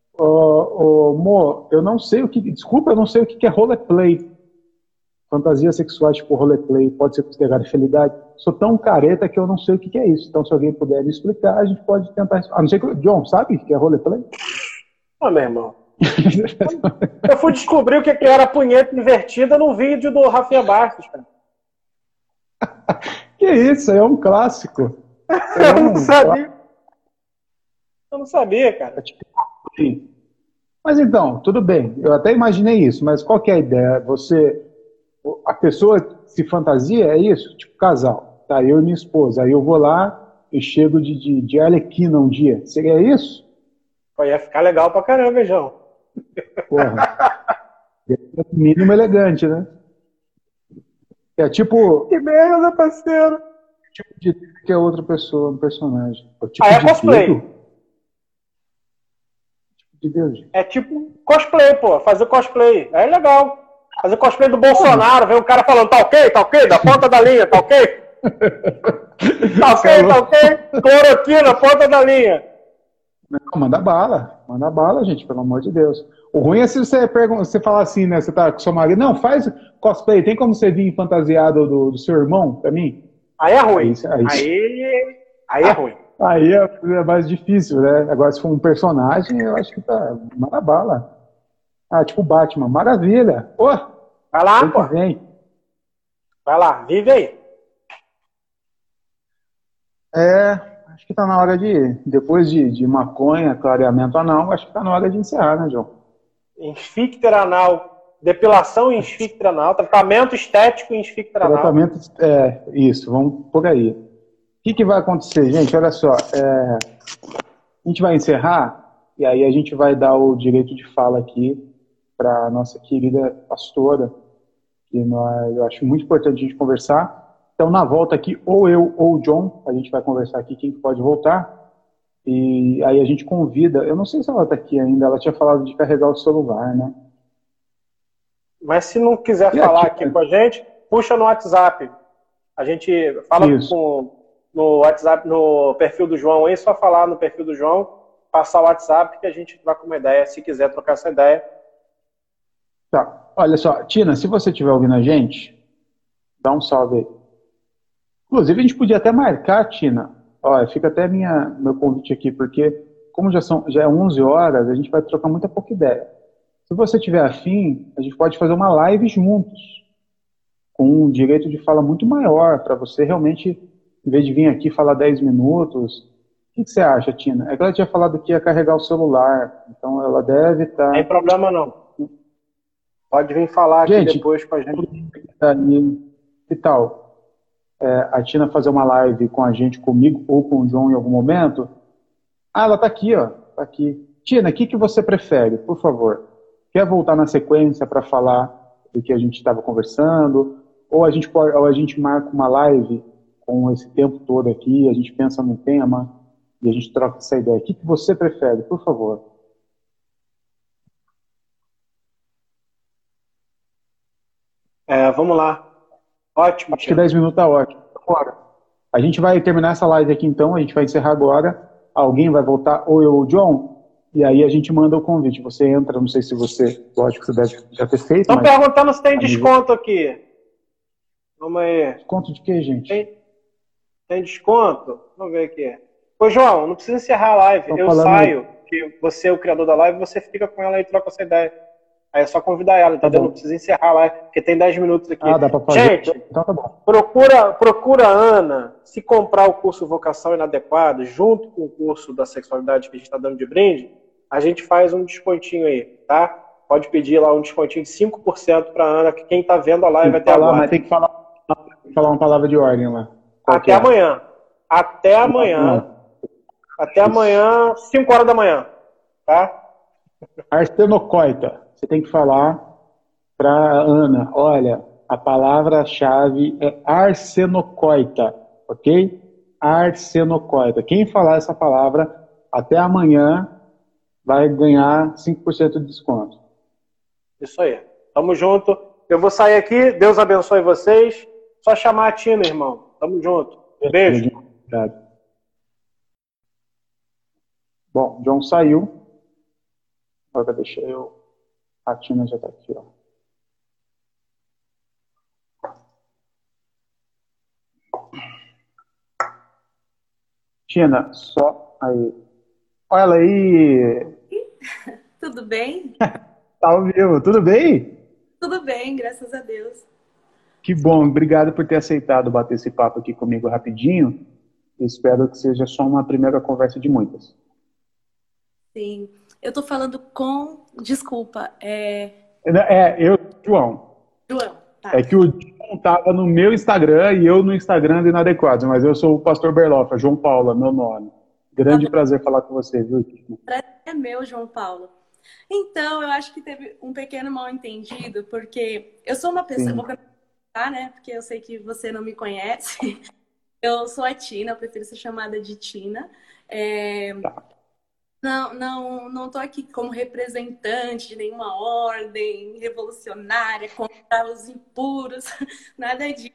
Mo, eu não sei o que. Desculpa, eu não sei o que é roleplay. Fantasias sexuais tipo roleplay pode ser considerada infidelidade. Sou tão careta que eu não sei o que é isso. Então, se alguém puder me explicar, a gente pode tentar. A não ser que o John sabe o que é roleplay? Ah, meu irmão. Eu fui descobrir o que era punheta invertida no vídeo do Rafinha Bastos, cara. Que isso, aí é um clássico. Eu não sabia. Eu não sabia, cara. Mas então, tudo bem. Eu até imaginei isso, mas qual que é a ideia? A pessoa se fantasia, é isso? Tipo, casal. Tá, eu e minha esposa. Aí eu vou lá e chego de Arlequina um dia. Seria isso? Pô, ia ficar legal pra caramba, João. Porra. Mínimo elegante, né? É tipo. Que merda, parceiro. Tipo de que é outra pessoa, um personagem. Tipo é cosplay. Tipo de Deus. É tipo cosplay, pô. Fazer cosplay. É legal. Fazer cosplay do Bolsonaro, ver um cara falando, tá ok, da ponta da linha, tá ok? Tá ok, cloroquina, ponta da linha. Não, manda bala, gente, pelo amor de Deus. O ruim é se você falar assim, né, você tá com seu marido, não, faz cosplay, tem como você vir fantasiado do seu irmão, pra mim? Aí é ruim, aí é ruim. Aí é mais difícil, né? Agora, se for um personagem, eu acho que tá, manda bala. Ah, tipo Batman, maravilha. Ô, vai lá, pô. Vem. Vai lá, vive aí. Acho que tá na hora depois de maconha, clareamento anal, acho que tá na hora de encerrar, né, João? Esfíncter anal, depilação em esfíncter anal, tratamento estético em esfíncter anal. Tratamento, isso, vamos por aí. O que vai acontecer, gente? Olha só, a gente vai encerrar e aí a gente vai dar o direito de fala aqui para a nossa querida pastora, que eu acho muito importante a gente conversar. Então, na volta aqui, ou eu ou o John, a gente vai conversar aqui quem pode voltar. E aí a gente convida, eu não sei se ela está aqui ainda, ela tinha falado de carregar o celular, né? Mas se não quiser falar aqui com a gente, puxa no WhatsApp. A gente fala no WhatsApp, no perfil do João aí, só falar no perfil do João, passar o WhatsApp que a gente troca uma ideia, se quiser trocar essa ideia. Tá, olha só, Tina, se você estiver ouvindo a gente, dá um salve aí. Inclusive, a gente podia até marcar, Tina, olha, fica até meu convite aqui, porque como já é 11 horas, a gente vai trocar muita pouca ideia. Se você tiver afim, a gente pode fazer uma live juntos, com um direito de fala muito maior, para você realmente, em vez de vir aqui falar 10 minutos, o que você acha, Tina? É que ela tinha falado que ia carregar o celular, então ela deve estar... Não tem problema não. Pode vir falar aqui depois com a gente. E tal? A Tina fazer uma live com a gente, comigo ou com o João em algum momento? Ah, ela tá aqui, ó. Tá aqui. Tina, o que você prefere, por favor? Quer voltar na sequência para falar do que a gente estava conversando? Ou a gente marca uma live com esse tempo todo aqui, a gente pensa num tema e a gente troca essa ideia. O que você prefere, por favor? Vamos lá. Ótimo. Acho que 10 minutos tá ótimo. Agora, a gente vai terminar essa live aqui então, a gente vai encerrar agora. Alguém vai voltar, ou eu ou o John, e aí a gente manda o convite. Você entra, não sei se você, lógico que você deve já ter feito. Estão perguntando se tem desconto aqui. Vamos aí. Desconto de quê, gente? Tem desconto? Vamos ver aqui. Ô, João, não precisa encerrar a live. Eu saio, que você é o criador da live, você fica com ela e troca essa ideia. Aí é só convidar ela, entendeu? Não precisa encerrar a live, porque tem 10 minutos aqui. Ah, dá pra fazer. Gente, então tá bom. procura a Ana, se comprar o curso Vocação Inadequada, junto com o curso da sexualidade que a gente está dando de brinde, a gente faz um descontinho aí, tá? Pode pedir lá um descontinho de 5% para Ana, que quem está vendo a live até agora. Mas tem que falar uma palavra de ordem lá. Até amanhã. Até amanhã. Até amanhã, 5 horas da manhã. Tá? Arsenocoita. Você tem que falar para Ana, olha, A palavra-chave é arsenocoita, ok? Arsenocoita. Quem falar essa palavra até amanhã vai ganhar 5% de desconto. Isso aí. Tamo junto. Eu vou sair aqui. Deus abençoe vocês. Só chamar a Tina, irmão. Tamo junto. Beijo. Obrigado. Bom, John saiu. Agora deixa eu... A Tina já está aqui, ó. Tina, só aí. Olha ela aí. Tudo bem? Tá ao vivo. Tudo bem? Tudo bem, graças a Deus. Que bom. Obrigado por ter aceitado bater esse papo aqui comigo rapidinho. Espero que seja só uma primeira conversa de muitas. Sim. Eu tô falando com... Desculpa, eu, João. João, tá. É que o João tava no meu Instagram e eu no Instagram do Inadequados, mas eu sou o Pastor Berloffa, João Paula, meu nome. Grande prazer falar com você, viu? É meu, João Paulo. Então, eu acho que teve um pequeno mal-entendido, porque eu sou uma pessoa... Vou começar, né? Porque eu sei que você não me conhece. Eu sou a Tina, eu prefiro ser chamada de Tina. Tá. Não tô aqui como representante de nenhuma ordem revolucionária contra os impuros, nada disso.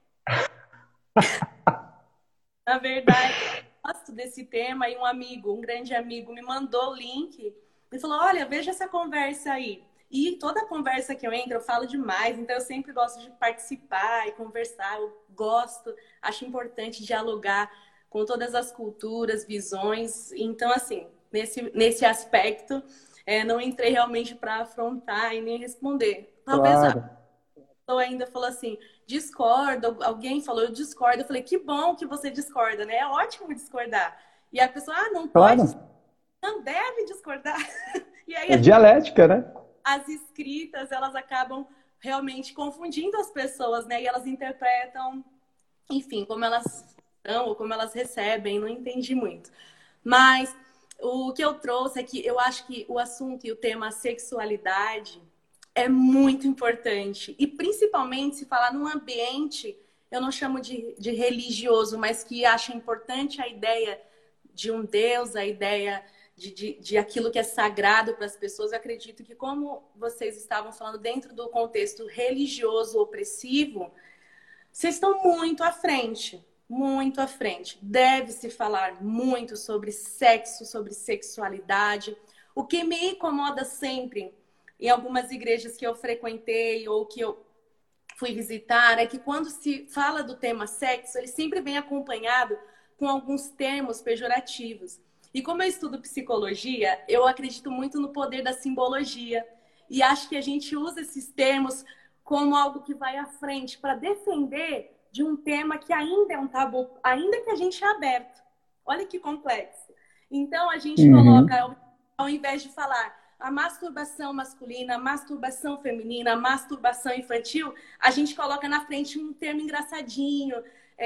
Na verdade, eu gosto desse tema e um grande amigo, me mandou o link e falou, olha, veja essa conversa aí. E toda conversa que eu entro, eu falo demais, então eu sempre gosto de participar e conversar, eu gosto, acho importante dialogar com todas as culturas, visões, então assim... Nesse aspecto, não entrei realmente para afrontar e nem responder. Talvez Claro. a pessoa ainda falou assim, discordo, alguém falou, eu discordo. Eu falei, que bom que você discorda, né? É ótimo discordar. E a pessoa, não pode, não deve discordar. E aí, é dialética, né? As escritas, elas acabam realmente confundindo as pessoas, né? E elas interpretam, enfim, como elas são ou como elas recebem, não entendi muito. Mas... o que eu trouxe é que eu acho que o assunto e o tema sexualidade é muito importante. E principalmente se falar num ambiente, eu não chamo de religioso, mas que acha importante a ideia de um Deus, a ideia de aquilo que é sagrado para as pessoas. Eu acredito que, como vocês estavam falando, dentro do contexto religioso opressivo, vocês estão muito à frente. Muito à frente. Deve-se falar muito sobre sexo, sobre sexualidade. O que me incomoda sempre em algumas igrejas que eu frequentei ou que eu fui visitar é que quando se fala do tema sexo, ele sempre vem acompanhado com alguns termos pejorativos. E como eu estudo psicologia, eu acredito muito no poder da simbologia. E acho que a gente usa esses termos como algo que vai à frente para defender de um tema que ainda é um tabu, ainda que a gente é aberto. Olha que complexo. Então, a gente coloca, ao invés de falar a masturbação masculina, a masturbação feminina, a masturbação infantil, a gente coloca na frente um termo engraçadinho,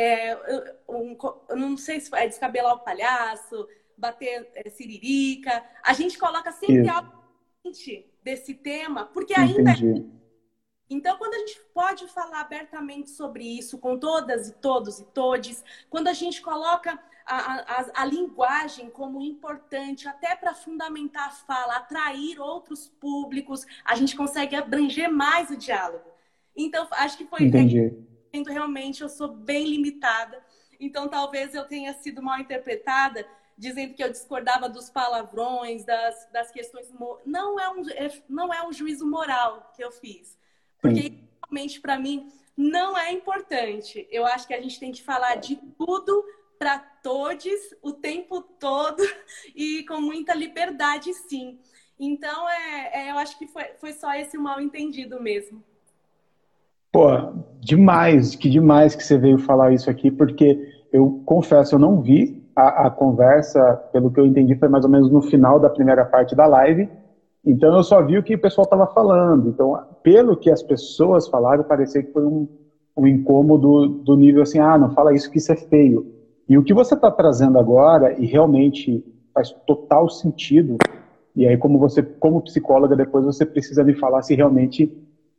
eu não sei se é descabelar o palhaço, bater siririca. A gente coloca sempre algo desse tema, porque ainda é... Então, quando a gente pode falar abertamente sobre isso com todas e todos e todes, quando a gente coloca a linguagem como importante até para fundamentar a fala, atrair outros públicos, a gente consegue abranger mais o diálogo. Então, acho que foi... Realmente, eu sou bem limitada. Então, talvez eu tenha sido mal interpretada, dizendo que eu discordava dos palavrões, das questões... Não é um juízo moral que eu fiz. Porque realmente, para mim, não é importante. Eu acho que a gente tem que falar de tudo para todos, o tempo todo, e com muita liberdade, sim. Então, eu acho que foi só esse mal entendido mesmo. Pô, demais que você veio falar isso aqui, porque eu confesso, eu não vi a conversa, pelo que eu entendi, foi mais ou menos no final da primeira parte da live. Então eu só vi o que o pessoal estava falando. Então, pelo que as pessoas falaram, parecia que foi um incômodo do nível assim, não fala isso que isso é feio. E o que você está trazendo agora, e realmente faz total sentido, e aí como psicóloga, depois você precisa me falar se realmente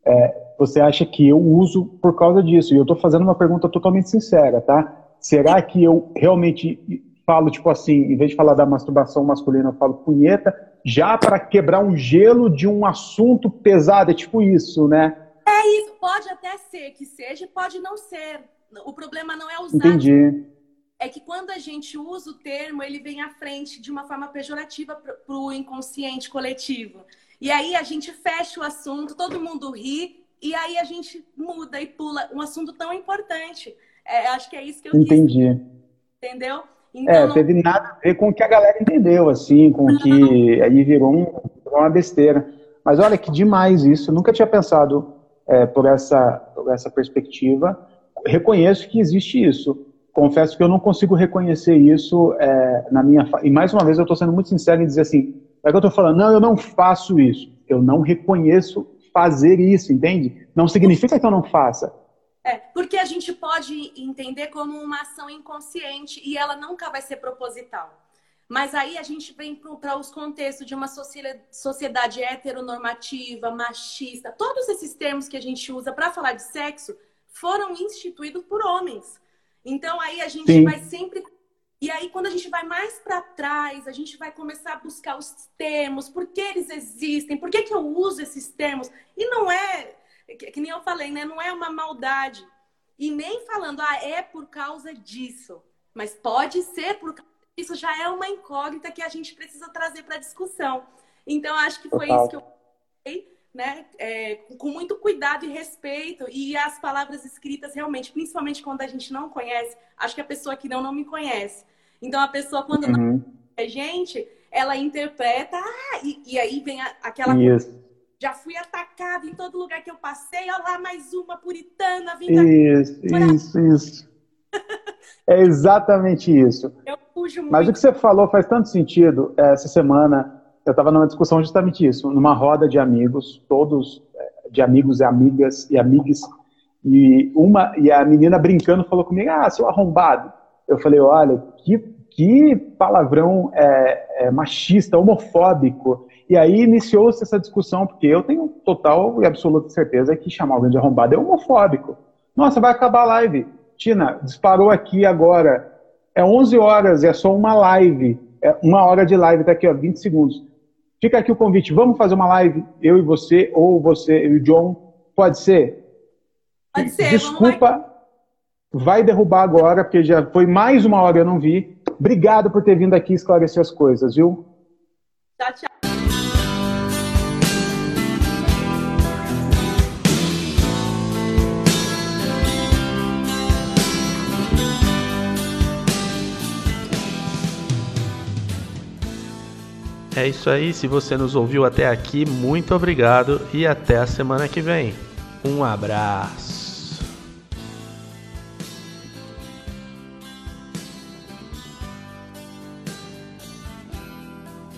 Você acha que eu uso por causa disso? E eu estou fazendo uma pergunta totalmente sincera, tá? Será que eu realmente falo, tipo assim, em vez de falar da masturbação masculina, eu falo punheta, já para quebrar um gelo de um assunto pesado? É tipo isso, né? É isso, pode até ser que seja, pode não ser. O problema não é usar. Entendi. É que quando a gente usa o termo, ele vem à frente de uma forma pejorativa para o inconsciente coletivo. E aí a gente fecha o assunto, todo mundo ri, e aí a gente muda e pula um assunto tão importante. Acho que é isso que eu Entendi. quis, entendeu? Então, Teve nada a ver com o que a galera entendeu, assim, com o que aí virou uma besteira. Mas olha que demais isso, eu nunca tinha pensado por essa perspectiva. Reconheço que existe isso. Confesso que eu não consigo reconhecer isso na minha... E mais uma vez eu estou sendo muito sincero em dizer assim, é que eu estou falando, não, eu não faço isso. Eu não reconheço fazer isso, entende? Não significa que eu não faça. Porque a gente pode entender como uma ação inconsciente e ela nunca vai ser proposital. Mas aí a gente vem para os contextos de uma sociedade heteronormativa, machista. Todos esses termos que a gente usa para falar de sexo foram instituídos por homens. Então aí a gente vai sempre... E aí quando a gente vai mais para trás, a gente vai começar a buscar os termos, por que eles existem, por que eu uso esses termos. E não é, que nem eu falei, né? Não é uma maldade. E nem falando, é por causa disso. Mas pode ser por causa disso, já é uma incógnita que a gente precisa trazer para a discussão. Então acho que foi isso que eu falei. Né? Com muito cuidado e respeito, e as palavras escritas realmente, principalmente quando a gente não conhece, acho que a pessoa que não me conhece. Então a pessoa quando não conhece a gente, ela interpreta, e aí vem aquela coisa, já fui atacada em todo lugar que eu passei, olha lá mais uma puritana vindo. Isso. É exatamente isso. Eu fujo muito. Mas o que você falou faz tanto sentido. Essa semana eu estava numa discussão justamente isso, numa roda de amigos, todos de amigos e amigas e amigues, e a menina brincando falou comigo, seu arrombado. Eu falei, olha, que palavrão machista, homofóbico. E aí iniciou-se essa discussão, porque eu tenho total e absoluta certeza que chamar alguém de arrombado é homofóbico. Nossa, vai acabar a live. Tina, disparou aqui agora. É 11 horas, é só uma live. É 1 hora de live, tá aqui, 20 segundos. Fica aqui o convite, vamos fazer uma live, eu e você, ou você e o John, pode ser? Pode ser. Desculpa, vai derrubar agora, porque já foi mais 1 hora, eu não vi. Obrigado por ter vindo aqui esclarecer as coisas, viu? Tchau. É isso aí, se você nos ouviu até aqui, muito obrigado e até a semana que vem. Um abraço.